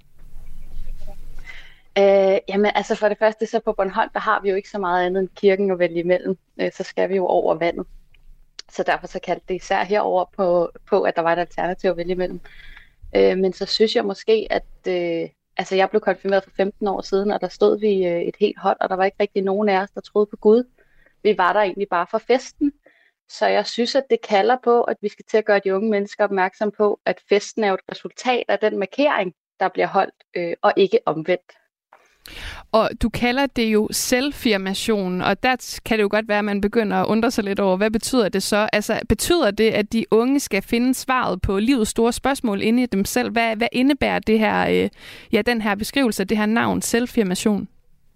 Jamen altså for det første, så på Bornholm, der har vi jo ikke så meget andet end kirken at vælge imellem. Så skal vi jo over vandet. Så derfor så kaldte det især herover på, at der var et alternativ at vælge imellem. Men så synes jeg måske, at altså jeg blev konfirmeret for 15 år siden, og der stod vi et helt hold, og der var ikke rigtig nogen af os, der troede på Gud. Vi var der egentlig bare for festen. Så jeg synes, at det kalder på, at vi skal til at gøre de unge mennesker opmærksom på, at festen er jo et resultat af den markering, der bliver holdt, og ikke omvendt. Og du kalder det jo selvfirmation, og der kan det jo godt være, at man begynder at undre sig lidt over, hvad betyder det så? Altså, betyder det, at de unge skal finde svaret på livets store spørgsmål inde i dem selv? Hvad indebærer det her, den her beskrivelse af det her navn, selvfirmation?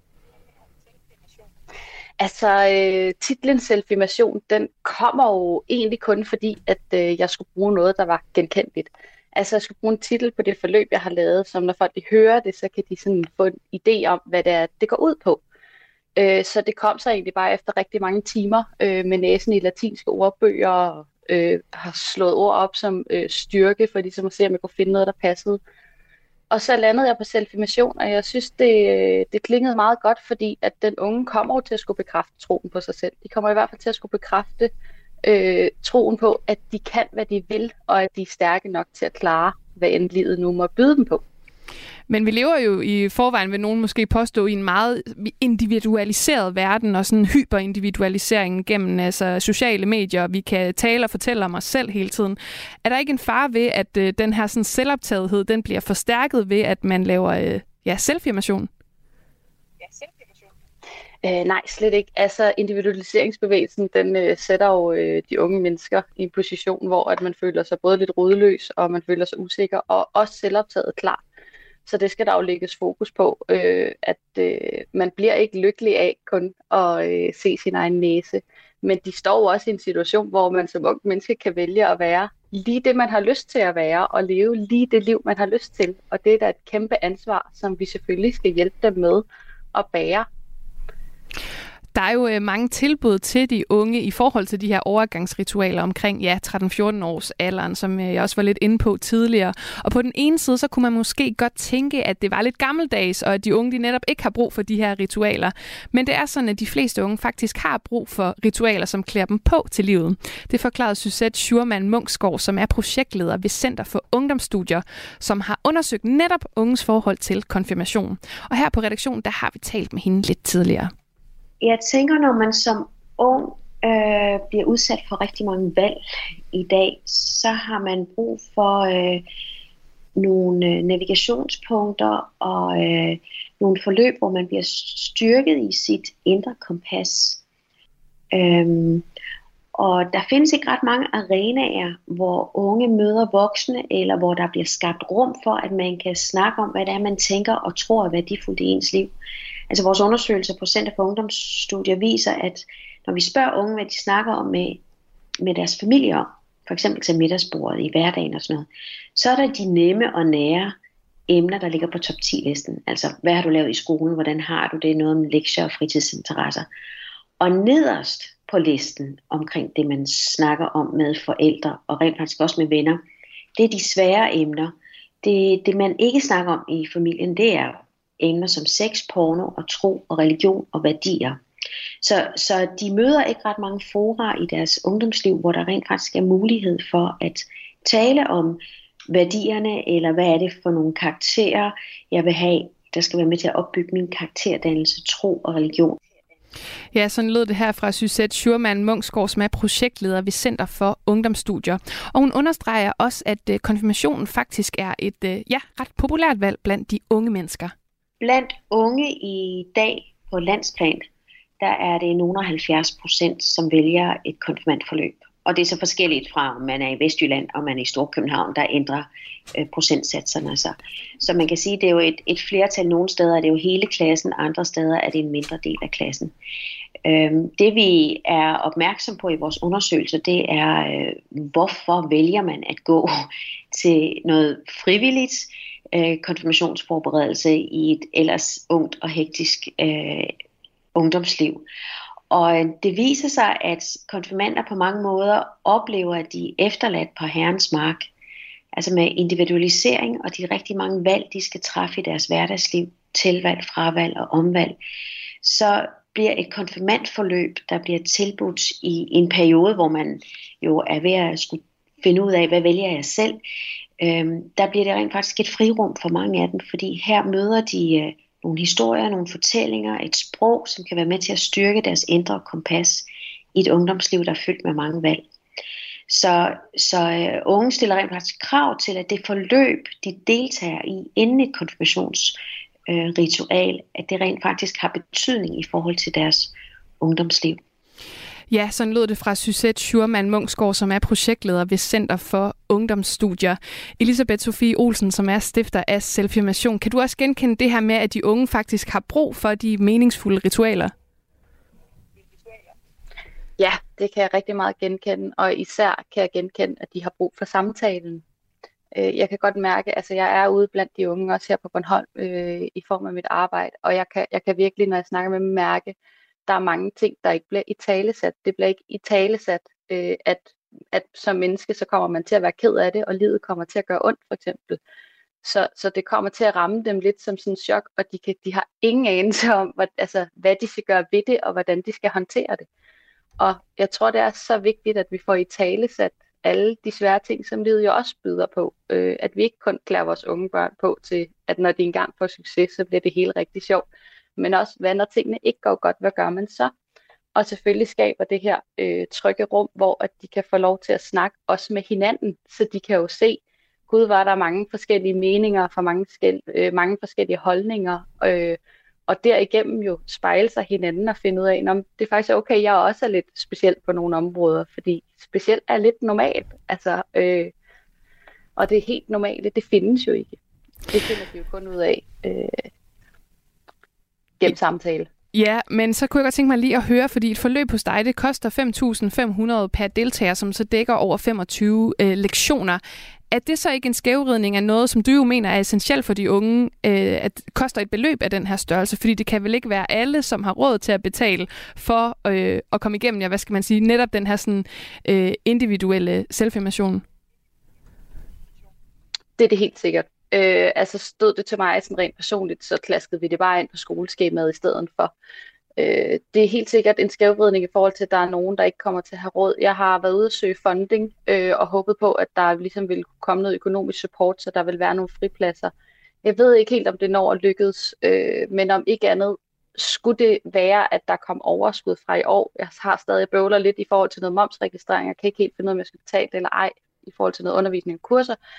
Altså, titlen selvfirmation, den kommer jo egentlig kun fordi, at jeg skulle bruge noget, der var genkendeligt. Altså, jeg skulle bruge en titel på det forløb, jeg har lavet, som når folk hører det, så kan de sådan få en idé om, hvad det er, det går ud på. Så det kom så egentlig bare efter rigtig mange timer med næsen i latinske ordbøger, og har slået ord op som styrke, for ligesom at se, om jeg kunne finde noget, der passede. Og så landede jeg på selvfirmation, og jeg synes, det klingede meget godt, fordi at den unge kommer til at skulle bekræfte troen på sig selv. De kommer i hvert fald til at skulle bekræfte troen på, at de kan, hvad de vil, og at de er stærke nok til at klare, hvad end livet nu må byde dem på. Men vi lever jo i forvejen, vil nogen måske påstå, i en meget individualiseret verden, og sådan hyperindividualisering gennem altså, sociale medier. Vi kan tale og fortælle om os selv hele tiden. Er der ikke en fare ved, at den her sådan, selvoptagethed, den bliver forstærket ved, at man laver selvfirmation? Ja, selvfirmation. Nej, slet ikke. Altså individualiseringsbevægelsen, den sætter jo de unge mennesker i en position, hvor at man føler sig både lidt rodløs, og man føler sig usikker, og også selvoptaget klart. Så det skal der jo lægges fokus på, at man bliver ikke lykkelig af kun at se sin egen næse. Men de står jo også i en situation, hvor man som ung menneske kan vælge at være lige det, man har lyst til at være, og leve lige det liv, man har lyst til. Og det er da et kæmpe ansvar, som vi selvfølgelig skal hjælpe dem med at bære. Der er jo mange tilbud til de unge i forhold til de her overgangsritualer omkring 13-14 års alderen, som jeg også var lidt inde på tidligere. Og på den ene side, så kunne man måske godt tænke, at det var lidt gammeldags, og at de unge de netop ikke har brug for de her ritualer. Men det er sådan, at de fleste unge faktisk har brug for ritualer, som klæder dem på til livet. Det forklarede Suzette Schurman-Munksgaard, som er projektleder ved Center for Ungdomsstudier, som har undersøgt netop unges forhold til konfirmation. Og her på redaktionen, der har vi talt med hende lidt tidligere. Jeg tænker, når man som ung bliver udsat for rigtig mange valg i dag, så har man brug for nogle navigationspunkter og nogle forløb, hvor man bliver styrket i sit indre kompas. Og der findes ikke ret mange arenaer, hvor unge møder voksne, eller hvor der bliver skabt rum for, at man kan snakke om, hvad det er, man tænker og tror er værdifuldt i ens liv. Altså vores undersøgelser på Center for Ungdomsstudier viser, at når vi spørger unge, hvad de snakker om med deres familier, for eksempel til middagsbordet i hverdagen og sådan noget, så er der de nemme og nære emner, der ligger på top 10-listen. Altså, hvad har du lavet i skolen? Hvordan har du det? Noget om lektier og fritidsinteresser. Og nederst på listen omkring det, man snakker om med forældre, og rent faktisk også med venner, det er de svære emner. Det man ikke snakker om i familien, det er emner som sex, porno og tro og religion og værdier. Så de møder ikke ret mange fora i deres ungdomsliv, hvor der rent faktisk er mulighed for at tale om værdierne, eller hvad er det for nogle karakterer, jeg vil have, der skal være med til at opbygge min karakterdannelse, tro og religion. Ja, sådan lød det her fra Suzette Schurman Munksgaard, som er projektleder ved Center for Ungdomsstudier. Og hun understreger også, at konfirmationen faktisk er et ret populært valg blandt de unge mennesker. Blandt unge i dag på landsplan, der er det nogle 70%, som vælger et konfirmandforløb. Og det er så forskelligt fra, om man er i Vestjylland og man er i Storkøbenhavn, der ændrer procentsatserne sig. Så man kan sige, at det er jo et flertal. Nogle steder er det jo hele klassen, andre steder er det en mindre del af klassen. Det vi er opmærksom på i vores undersøgelse, det er, hvorfor vælger man at gå til noget frivilligt konfirmationsforberedelse i et ellers ungt og hektisk ungdomsliv. Og det viser sig, at konfirmander på mange måder oplever, at de er efterladt på Herrens mark. Altså med individualisering og de rigtig mange valg, de skal træffe i deres hverdagsliv, tilvalg, fravalg og omvalg. Så bliver et konfirmandforløb, der bliver tilbudt i en periode, hvor man jo er ved at skulle finde ud af, hvad vælger jeg selv. Der bliver det rent faktisk et frirum for mange af dem, fordi her møder de nogle historier, nogle fortællinger, et sprog, som kan være med til at styrke deres indre kompas i et ungdomsliv, der er fyldt med mange valg. Så unge stiller rent faktisk krav til, at det forløb, de deltager i inden et konfirmationsritual, at det rent faktisk har betydning i forhold til deres ungdomsliv. Ja, sådan lød det fra Suzette Schurman Munksgaard, som er projektleder ved Center for Ungdomsstudier. Elisabeth Sofie Olsen, som er stifter af Selfirmation. Kan du også genkende det her med, at de unge faktisk har brug for de meningsfulde ritualer? Ja, det kan jeg rigtig meget genkende, og især kan jeg genkende, at de har brug for samtalen. Jeg kan godt mærke, altså jeg er ude blandt de unge, også her på Bornholm, i form af mit arbejde, og jeg kan virkelig, når jeg snakker med dem, mærke, der er mange ting, der ikke bliver italesat. Det bliver ikke italesat, at som menneske, så kommer man til at være ked af det, og livet kommer til at gøre ondt, for eksempel. Så det kommer til at ramme dem lidt som sådan en chok, og de har ingen anelse om, hvad de skal gøre ved det, og hvordan de skal håndtere det. Og jeg tror, det er så vigtigt, at vi får italesat alle de svære ting, som livet jo også byder på. At vi ikke kun klæder vores unge børn på til, at når de engang får succes, så bliver det hele rigtig sjovt. Men også, hvad når tingene ikke går godt, hvad gør man så? Og selvfølgelig skaber det her trygge rum, hvor at de kan få lov til at snakke også med hinanden, så de kan jo se, gud, var der mange forskellige meninger fra mange forskellige holdninger, og derigennem jo spejle sig hinanden og finde ud af, om det faktisk er okay, jeg også er lidt speciel på nogle områder, fordi specielt er lidt normalt, og det helt normale, det findes jo ikke. Det finder vi jo kun ud af gennem samtale. Ja, men så kunne jeg godt tænke mig lige at høre, fordi et forløb hos dig, det koster 5.500 per deltager, som så dækker over 25 lektioner. Er det så ikke en skævvridning af noget, som du jo mener er essentielt for de unge, at koster et beløb af den her størrelse? Fordi det kan vel ikke være alle, som har råd til at betale for at komme igennem, netop den her sådan, individuelle selfinformation? Det er det helt sikkert. Stod det til mig sådan rent personligt, så klaskede vi det bare ind på skoleskemaet i stedet for. Det er helt sikkert en skævvridning i forhold til, at der er nogen, der ikke kommer til at have råd. Jeg har været ude at søge funding og håbet på, at der ligesom ville komme noget økonomisk support, så der vil være nogle fripladser. Jeg ved ikke helt, om det når at lykkes, men om ikke andet, skulle det være, at der kom overskud fra i år. Jeg har stadig bøvler lidt i forhold til noget momsregistrering. Jeg kan ikke helt finde ud af, om jeg skal betale det eller ej, i forhold til noget undervisning og kurser.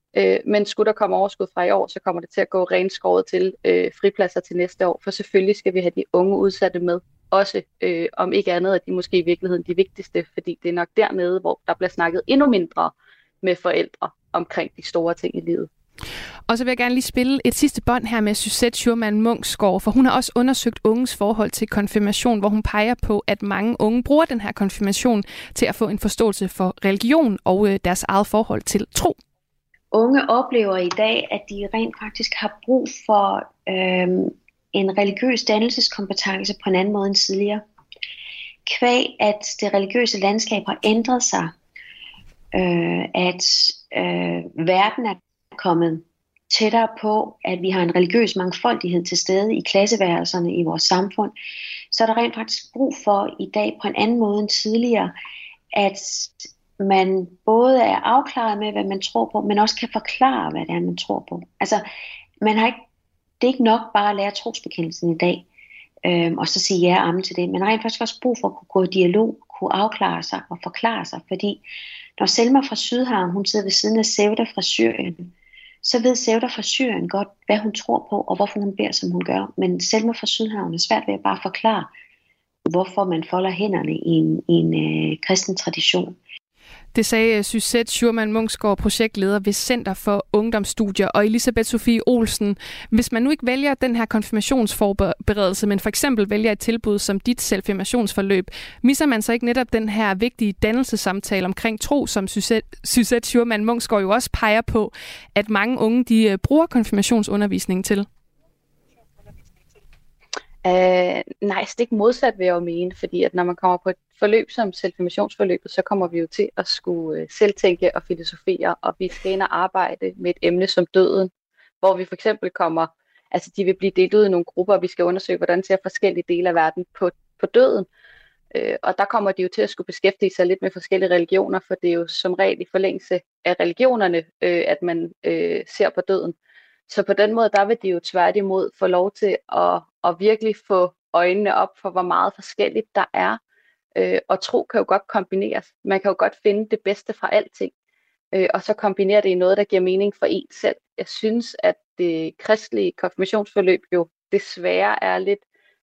Men skulle der komme overskud fra i år, så kommer det til at gå renskåret til fripladser til næste år, for selvfølgelig skal vi have de unge udsatte med, også om ikke andet, at de måske i virkeligheden de vigtigste, fordi det er nok dernede, hvor der bliver snakket endnu mindre med forældre omkring de store ting i livet. Og så vil jeg gerne lige spille et sidste bånd her med Suzette Schurman Munksgaard, for hun har også undersøgt unges forhold til konfirmation, hvor hun peger på, at mange unge bruger den her konfirmation til at få en forståelse for religion og deres eget forhold til tro. Unge oplever i dag, at de rent faktisk har brug for en religiøs dannelseskompetence på en anden måde end tidligere. Kvæg, at det religiøse landskab har ændret sig, at verden er kommet tættere på, at vi har en religiøs mangfoldighed til stede i klasseværelserne i vores samfund, så er der rent faktisk brug for i dag på en anden måde end tidligere, at man både er afklaret med, hvad man tror på, men også kan forklare, hvad det er, man tror på. Altså, det er ikke nok bare at lære trosbekendelsen i dag, og så sige ja og amen til det. Man har rent faktisk også brug for at kunne gå i dialog, kunne afklare sig og forklare sig, fordi når Selma fra Sydhavn, hun sidder ved siden af Sevda fra Syrien, så ved Sevda fra Syrien godt, hvad hun tror på, og hvorfor hun beder, som hun gør. Men Selma fra Sydhavn er svært ved at bare forklare, hvorfor man folder hænderne i en kristen tradition. Det sagde Suzette Schurman Munksgaard, projektleder ved Center for Ungdomsstudier, og Elisabeth Sofie Olsen. Hvis man nu ikke vælger den her konfirmationsforberedelse, men for eksempel vælger et tilbud som dit selvfirmationsforløb, misser man så ikke netop den her vigtige dannelsessamtale omkring tro, som Suzette Schurman Munksgaard jo også peger på, at mange unge de bruger konfirmationsundervisningen til? Nej, stik modsat vil jeg jo mene, fordi at når man kommer på et forløb som selvfirmationsforløbet, så kommer vi jo til at skulle selvtænke og filosofere, og vi skal ind og arbejde med et emne som døden, hvor vi for eksempel de vil blive delt ud i nogle grupper, og vi skal undersøge, hvordan ser forskellige dele af verden på døden. Og der kommer de jo til at skulle beskæftige sig lidt med forskellige religioner, for det er jo som regel i forlængelse af religionerne, at man ser på døden. Så på den måde, der vil de jo tværtimod få lov til at virkelig få øjnene op for, hvor meget forskelligt der er. Og tro kan jo godt kombineres. Man kan jo godt finde det bedste fra alting, og så kombinere det i noget, der giver mening for en selv. Jeg synes, at det kristelige konfirmationsforløb jo desværre er lidt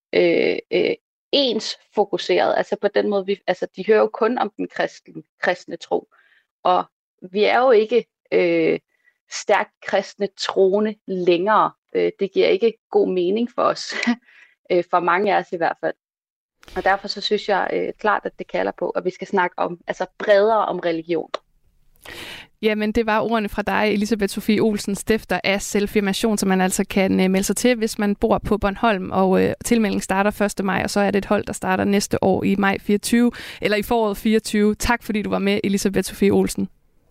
ens fokuseret. Altså på den måde, de hører jo kun om den kristne tro. Og vi er jo ikke stærkt kristne troende længere. Det giver ikke god mening for os, for mange af os i hvert fald. Og derfor så synes jeg klart, at det kalder på, at vi skal snakke om, bredere om religion. Jamen, det var ordene fra dig, Elisabeth Sofie Olsen, stifter af Selvfirmation, som man altså kan melde sig til, hvis man bor på Bornholm, og tilmeldingen starter 1. maj, og så er det et hold, der starter næste år i maj 24, eller i foråret 24. Tak fordi du var med, Elisabeth Sofie Olsen.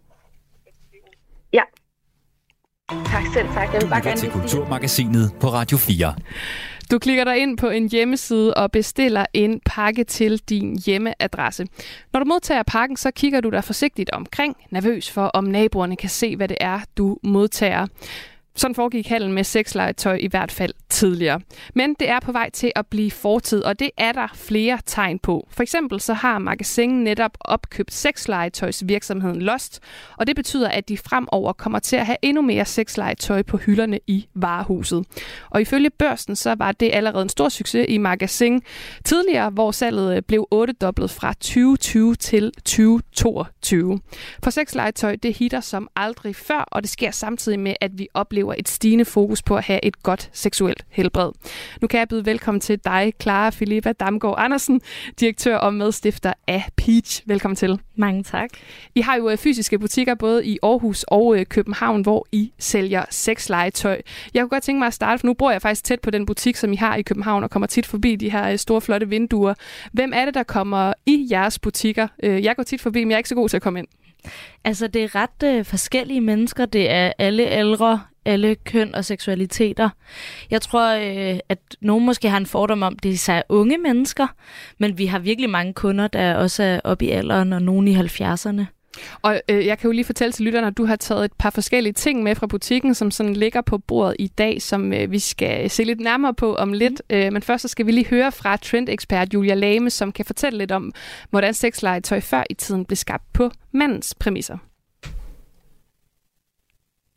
Ja. Tak selv, tak. Jeg vil bare gerne til Kulturmagasinet på Radio 4. Du klikker dig ind på en hjemmeside og bestiller en pakke til din hjemmeadresse. Når du modtager pakken, så kigger du dig forsigtigt omkring, nervøs for, om naboerne kan se, hvad det er, du modtager. Sådan foregik handlen med sexlegetøj i hvert fald tidligere. Men det er på vej til at blive fortid, og det er der flere tegn på. For eksempel så har Magasin netop opkøbt sexlegetøjsvirksomheden Lost, og det betyder, at de fremover kommer til at have endnu mere sexlegetøj på hylderne i varehuset. Og ifølge Børsen, så var det allerede en stor succes i Magasin tidligere, hvor salget blev 8-doblet fra 2020 til 2022. For sexlegetøj, det hitter som aldrig før, og det sker samtidig med, at vi oplever et stigende fokus på at have et godt seksuelt helbred. Nu kan jeg byde velkommen til dig, Clara Filippa Damgaard Andersen, direktør og medstifter af Peach. Velkommen til. Mange tak. I har jo fysiske butikker både i Aarhus og København, hvor I sælger sexlegetøj. Jeg kunne godt tænke mig at starte, for nu bor jeg faktisk tæt på den butik, som I har i København, og kommer tit forbi de her store, flotte vinduer. Hvem er det, der kommer i jeres butikker? Jeg går tit forbi, men jeg er ikke så god til at komme ind. Altså, det er ret forskellige mennesker. Det er alle aldre, alle køn og seksualiteter. Jeg tror, at nogen måske har en fordom om, det er især unge mennesker, men vi har virkelig mange kunder, der også er oppe i alderen, og nogen i 70'erne. Og jeg kan jo lige fortælle til lytterne, at du har taget et par forskellige ting med fra butikken, som sådan ligger på bordet i dag, som vi skal se lidt nærmere på om lidt. Men først så skal vi lige høre fra trendekspert Julia Lame, som kan fortælle lidt om, hvordan sexlegetøj før i tiden blev skabt på mandens præmisser.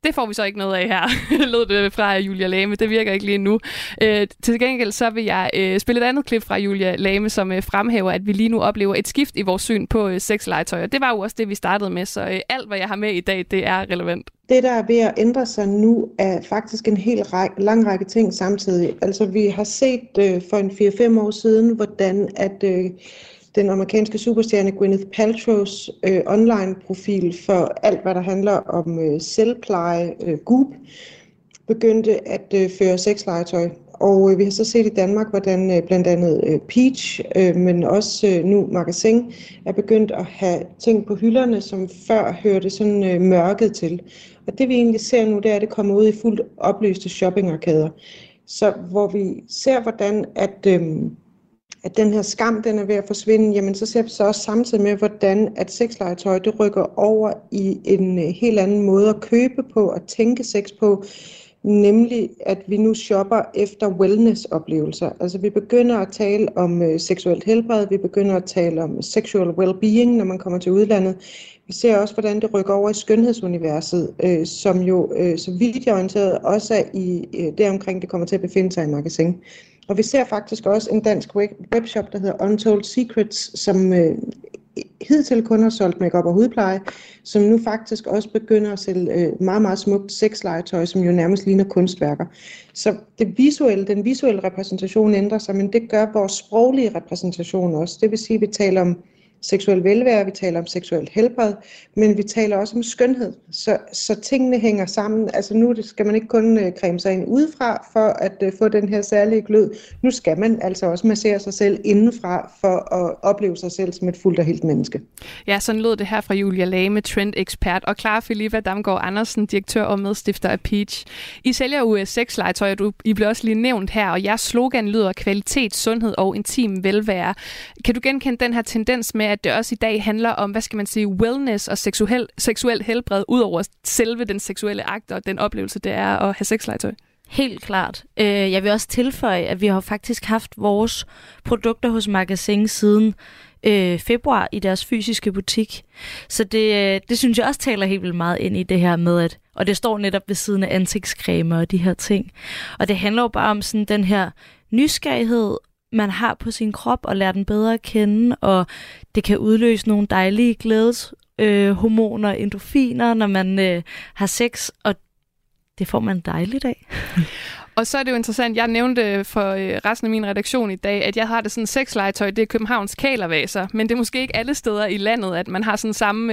Det får vi så ikke noget af her, lød det fra Julia Lame. Det virker ikke lige nu. Til gengæld så vil jeg spille et andet klip fra Julia Lame, som fremhæver, at vi lige nu oplever et skift i vores syn på sexlegetøj. Og det var jo også det, vi startede med, så alt, hvad jeg har med i dag, det er relevant. Det, der er ved at ændre sig nu, er faktisk en helt lang række ting samtidig. Altså, vi har set for en 4-5 år siden, hvordan at den amerikanske superstjerne Gwyneth Paltrows online-profil for alt, hvad der handler om selvpleje, Goop, begyndte at føre sexlegetøj. Og vi har så set i Danmark, hvordan blandt andet Peach, men også nu Magasin, er begyndt at have ting på hylderne, som før hørte sådan mørket til. Og det vi egentlig ser nu, det er, at det kommer ud i fuldt oplyste shoppingarkader. Så hvor vi ser, hvordan at den her skam, den er ved at forsvinde, jamen så ser vi så også samtidig med, hvordan at sexlegetøj, det rykker over i en helt anden måde at købe på og tænke sex på, nemlig at vi nu shopper efter wellness-oplevelser. Altså vi begynder at tale om seksuelt helbred, vi begynder at tale om sexual well-being, når man kommer til udlandet. Vi ser også, hvordan det rykker over i skønhedsuniverset, som jo, så vidt jeg orienteret, også er i deromkring, det kommer til at befinde sig i Magasin. Og vi ser faktisk også en dansk webshop, der hedder Untold Secrets, som hidtil kun har solgt makeup og hudpleje, som nu faktisk også begynder at sælge meget, meget smukt sexlegetøj, som jo nærmest ligner kunstværker. Så den visuelle repræsentation ændrer sig, men det gør vores sproglige repræsentation også. Det vil sige, at vi taler om seksuel velvære, vi taler om seksuelt helbred, men vi taler også om skønhed. Så tingene hænger sammen. Altså nu skal man ikke kun creme sig ind udefra for at få den her særlige glød. Nu skal man altså også massere sig selv indenfra for at opleve sig selv som et fuldt og helt menneske. Ja, sådan lød det her fra Julia Lame, trendekspert, og Clara Filippa Damgaard Andersen, direktør og medstifter af Peach. I sælger jo sexlegetøj, og I bliver også lige nævnt her, og jeres slogan lyder kvalitet, sundhed og intim velvære. Kan du genkende den her tendens med, at det også i dag handler om, hvad skal man sige, wellness og seksuel helbred, ud over selve den seksuelle akt og den oplevelse, det er at have sexlegetøj? Helt klart. Jeg vil også tilføje, at vi har faktisk haft vores produkter hos Magasin siden februar i deres fysiske butik. Så det synes jeg også taler helt vildt meget ind i det her med, og det står netop ved siden af ansigtscremer og de her ting. Og det handler jo bare om sådan den her nysgerrighed, man har på sin krop, og lære den bedre at kende, og det kan udløse nogle dejlige glædeshormoner, endorfiner, når man har sex, og det får man dejligt af. Og så er det jo interessant, jeg nævnte for resten af min redaktion i dag, at jeg har det sådan sexlegetøj, det er Københavns kælervaser, men det er måske ikke alle steder i landet, at man har sådan samme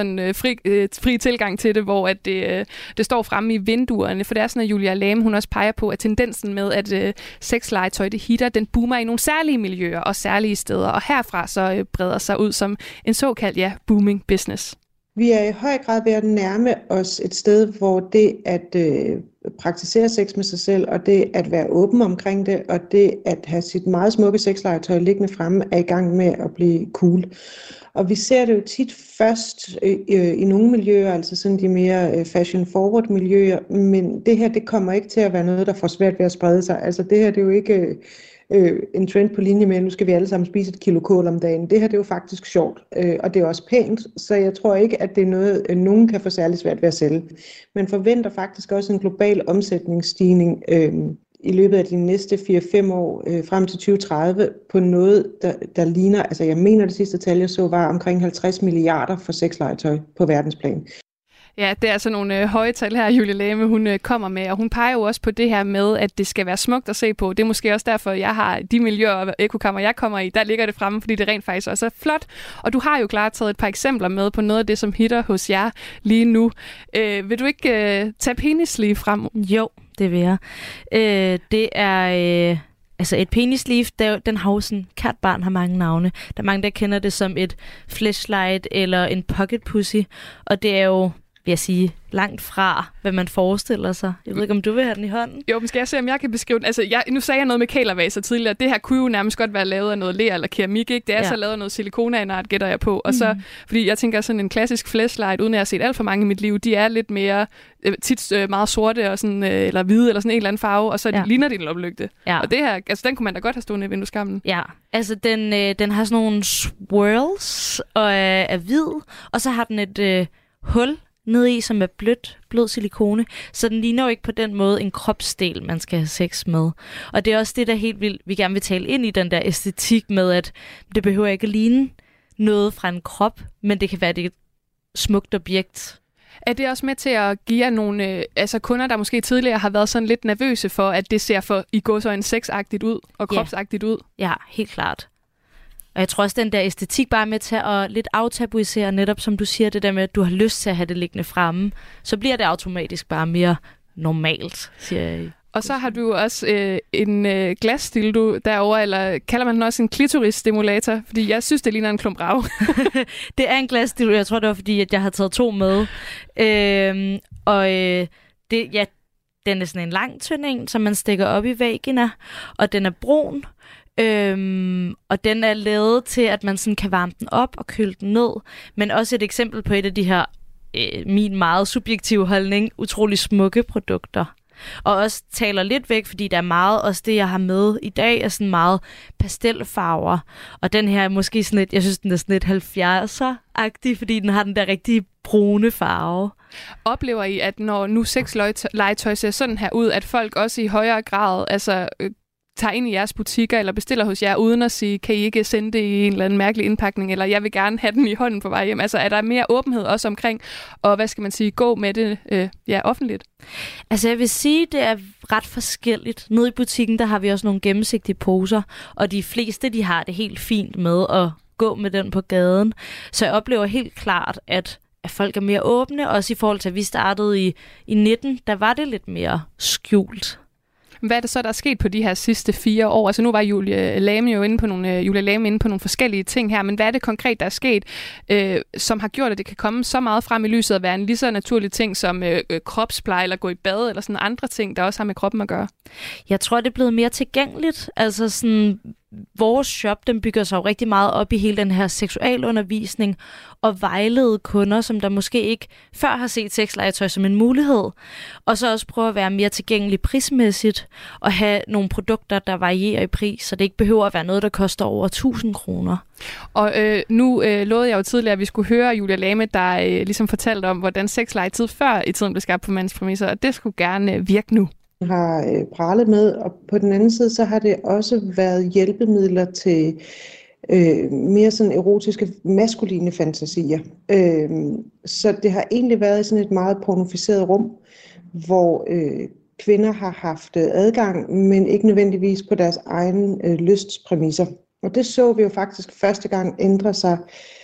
fri tilgang til det, hvor at det står fremme i vinduerne, for det er sådan, at Julia Lame, hun også peger på, at tendensen med, at sexlegetøj, det hitter, den boomer i nogle særlige miljøer og særlige steder, og herfra så breder sig ud som en såkaldt, booming business. Vi er i høj grad ved at nærme os et sted, hvor det at praktisere sex med sig selv, og det at være åben omkring det, og det at have sit meget smukke sexlegetøj liggende fremme, er i gang med at blive cool. Og vi ser det jo tit først i nogle miljøer, altså sådan de mere fashion-forward miljøer, men det her, det kommer ikke til at være noget, der får svært ved at sprede sig. Altså det her, det er jo ikke en trend på linje med, at nu skal vi alle sammen spise 1 kilo kål om dagen. Det her, det er jo faktisk sjovt, og det er også pænt, så jeg tror ikke, at det er noget, nogen kan få særlig svært ved at sælge. Man forventer faktisk også en global omsætningsstigning i løbet af de næste 4-5 år frem til 2030 på noget, der ligner, altså jeg mener det sidste tal, jeg så, var omkring 50 milliarder for sexlegetøj på verdensplan. Ja, det er altså nogle høje tal her, Julia Lame, hun kommer med, og hun peger jo også på det her med, at det skal være smukt at se på. Det er måske også derfor, jeg har de miljøer og ekokammer, jeg kommer i, der ligger det fremme, fordi det rent faktisk også er flot. Og du har jo klart taget et par eksempler med på noget af det, som hitter hos jer lige nu. Vil du ikke tage penisleeve frem? Jo, det vil jeg. Det er... Altså et penisleeve, den har jo sådan, kært barn har mange navne. Der er mange, der kender det som et fleshlight eller en pocket pussy, og det er jo, vil jeg sige, langt fra, hvad man forestiller sig. Jeg ved ikke, om du vil have den i hånden? Jo, men skal jeg se, om jeg kan beskrive den? Altså, nu sagde jeg noget med kælervaser tidligere. Det her kunne jo nærmest godt være lavet af noget ler eller keramik, ikke? Det er så lavet af noget silikone af en art, gætter jeg på. Og så, fordi jeg tænker sådan en klassisk flashlight, uden at jeg har set alt for mange i mit liv, de er lidt mere, tit meget sorte og sådan, eller hvide eller sådan en eller anden farve, og så ligner de en lommelygte. Ja. Og det her, altså den kunne man da godt have stående i vindueskarmen. Ja, altså den har sådan nogle swirls og er hvid, og så har den et hul nede i, som er blød silikone, så den ligner jo ikke på den måde en kropsdel, man skal have sex med. Og det er også det, der helt vildt, vi gerne vil tale ind i den der æstetik med, at det behøver ikke at ligne noget fra en krop, men det kan være det et smukt objekt. Er det også med til at give jer nogle kunder, der måske tidligere har været sådan lidt nervøse for, at det ser for i gåseøjne sexagtigt ud og kropsagtigt ud? Ja, helt klart. Og jeg tror også, den der æstetik bare er med til at lidt aftabuisere, netop som du siger, det der med, at du har lyst til at have det liggende fremme, så bliver det automatisk bare mere normalt, siger jeg. Og så har du også en glasdildo derovre, eller kalder man den også en klitoris-stimulator? Fordi jeg synes, det ligner en klump rav. Det er en glasdildo. Jeg tror, det var fordi, at jeg har taget 2 med. Den er sådan en lang tynd en, som man stikker op i vagina, og den er brun. Og den er lavet til, at man sådan kan varme den op og køle den ned. Men også et eksempel på et af de her, min meget subjektive holdning, utrolig smukke produkter. Og også taler lidt væk, fordi der er meget, også det, jeg har med i dag, er sådan meget pastelfarver. Og den her er måske sådan lidt, jeg synes, den er sådan lidt 70'er-agtig, fordi den har den der rigtig brune farve. Oplever I, at når nu sexlegetøj ser sådan her ud, at folk også i højere grad tager ind i jeres butikker eller bestiller hos jer, uden at sige, kan I ikke sende det i en eller anden mærkelig indpakning, eller jeg vil gerne have den i hånden på vej hjem. Altså er der mere åbenhed også omkring, og hvad skal man sige, gå med det offentligt? Altså jeg vil sige, det er ret forskelligt. Nede i butikken, der har vi også nogle gennemsigtige poser, og de fleste, de har det helt fint med at gå med den på gaden. Så jeg oplever helt klart, at folk er mere åbne, også i forhold til, at vi startede i 19, der var det lidt mere skjult. Hvad er det så, der er sket på de her sidste 4 år? Altså nu var Julie Lame inde på nogle forskellige ting her, men hvad er det konkret, der er sket, som har gjort, at det kan komme så meget frem i lyset at være en lige så naturlig ting som kropspleje eller gå i bad eller sådan andre ting, der også har med kroppen at gøre? Jeg tror, det er blevet mere tilgængeligt. Altså sådan, vores shop, den bygger sig jo rigtig meget op i hele den her seksualundervisning og vejlede kunder, som der måske ikke før har set sexlegetøj som en mulighed. Og så også prøve at være mere tilgængelig prismæssigt og have nogle produkter, der varierer i pris, så det ikke behøver at være noget, der koster over 1.000 kroner. Og nu lovede jeg jo tidligere, at vi skulle høre Julie Lame, der ligesom fortalte om, hvordan sexlegetid før i tiden blev skabt på mandens præmisser, og det skulle gerne virke nu. Har pralet med, og på den anden side, så har det også været hjælpemidler til mere sådan erotiske, maskuline fantasier. Så det har egentlig været i sådan et meget pornoficeret rum, hvor kvinder har haft adgang, men ikke nødvendigvis på deres egen lystspræmisser. Og det så vi jo faktisk første gang ændre sig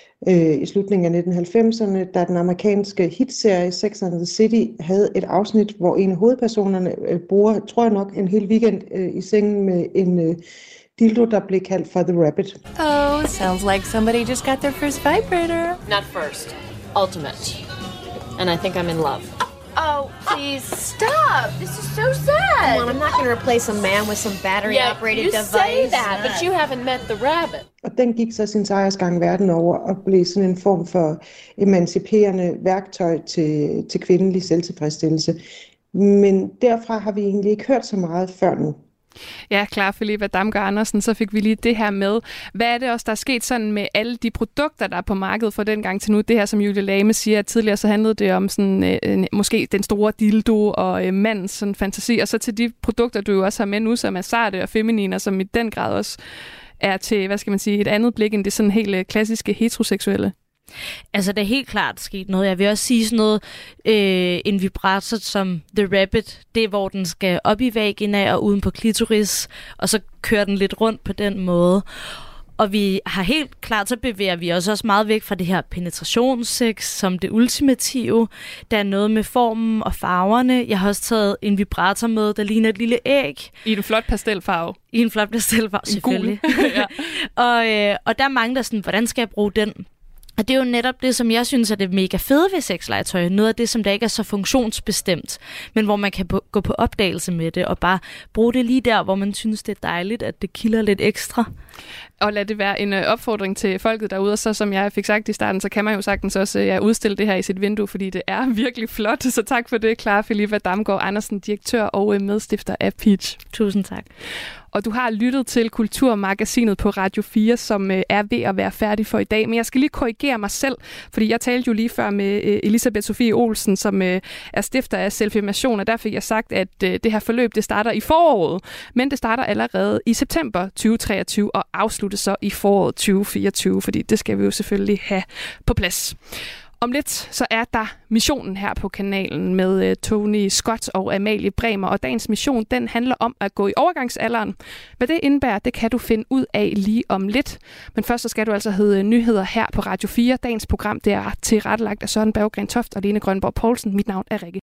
i slutningen af 1990'erne, da den amerikanske hitserie Sex and the City havde et afsnit, hvor en af hovedpersonerne bruger, tror jeg nok, en hel weekend i sengen med en dildo, der blev kaldt for The Rabbit. Oh, sounds like somebody just got their first vibrator. Not first. Ultimate. And I think I'm in love. Oh, please stop. This is so sad. Come on, I'm not going to replace a man with some battery-operated device. You say that, but you haven't met the rabbit. Og den gik så sin sejrsgang verden over og blev sådan en form for emanciperende værktøj til kvindelig selvtilfredsstillelse. Men derfra har vi egentlig ikke hørt så meget før nu. Ja, klar, Filippa Damgaard Andersen, så fik vi lige det her med. Hvad er det også, der er sket sådan med alle de produkter, der er på markedet fra den gang til nu? Det her, som Julie Lame siger, at tidligere så handlede det om sådan, måske den store dildo og mandens sådan fantasi, og så til de produkter, du jo også har med nu, som er sarte og feminine, og som i den grad også er til, hvad skal man sige, et andet blik end det sådan helt klassiske heteroseksuelle. Altså, det er helt klart sket noget. Jeg vil også sige sådan noget, en vibrator som The Rabbit, det er, hvor den skal op i vagina og uden på klitoris, og så kører den lidt rundt på den måde. Og vi har helt klart, så bevæger vi os også meget væk fra det her penetrationssex som det ultimative. Der er noget med formen og farverne. Jeg har også taget en vibrator med, der ligner et lille æg. I en flot pastelfarve. I en flot pastelfarve, selvfølgelig. Ja. Og der er mange, der sådan, hvordan skal jeg bruge den? Og det er jo netop det, som jeg synes er det mega fede ved sexlegetøj. Noget af det, som der ikke er så funktionsbestemt, men hvor man kan gå på opdagelse med det, og bare bruge det lige der, hvor man synes, det er dejligt, at det kilder lidt ekstra. Og lad det være en opfordring til folket derude, og så som jeg fik sagt i starten, så kan man jo sagtens også udstille det her i sit vindue, fordi det er virkelig flot. Så tak for det, Clara Filippa Damgaard Andersen, direktør og medstifter af Peach. Tusind tak. Og du har lyttet til Kulturmagasinet på Radio 4, som er ved at være færdig for i dag. Men jeg skal lige korrigere mig selv, fordi jeg talte jo lige før med Elisabeth Sofie Olsen, som er stifter af Selfimation, og der fik jeg sagt, at det her forløb, det starter i foråret, men det starter allerede i september 2023 og afsluttes så i foråret 2024, fordi det skal vi jo selvfølgelig have på plads. Om lidt så er der missionen her på kanalen med Tony Scott og Amalie Bremer, og dagens mission, den handler om at gå i overgangsalderen. Hvad det indebærer, det kan du finde ud af lige om lidt. Men først så skal du altså høre nyheder her på Radio 4. Dagens program, det er tilrettelagt af Søren Berggren Toft og Lene Grønborg Poulsen. Mit navn er Rikke.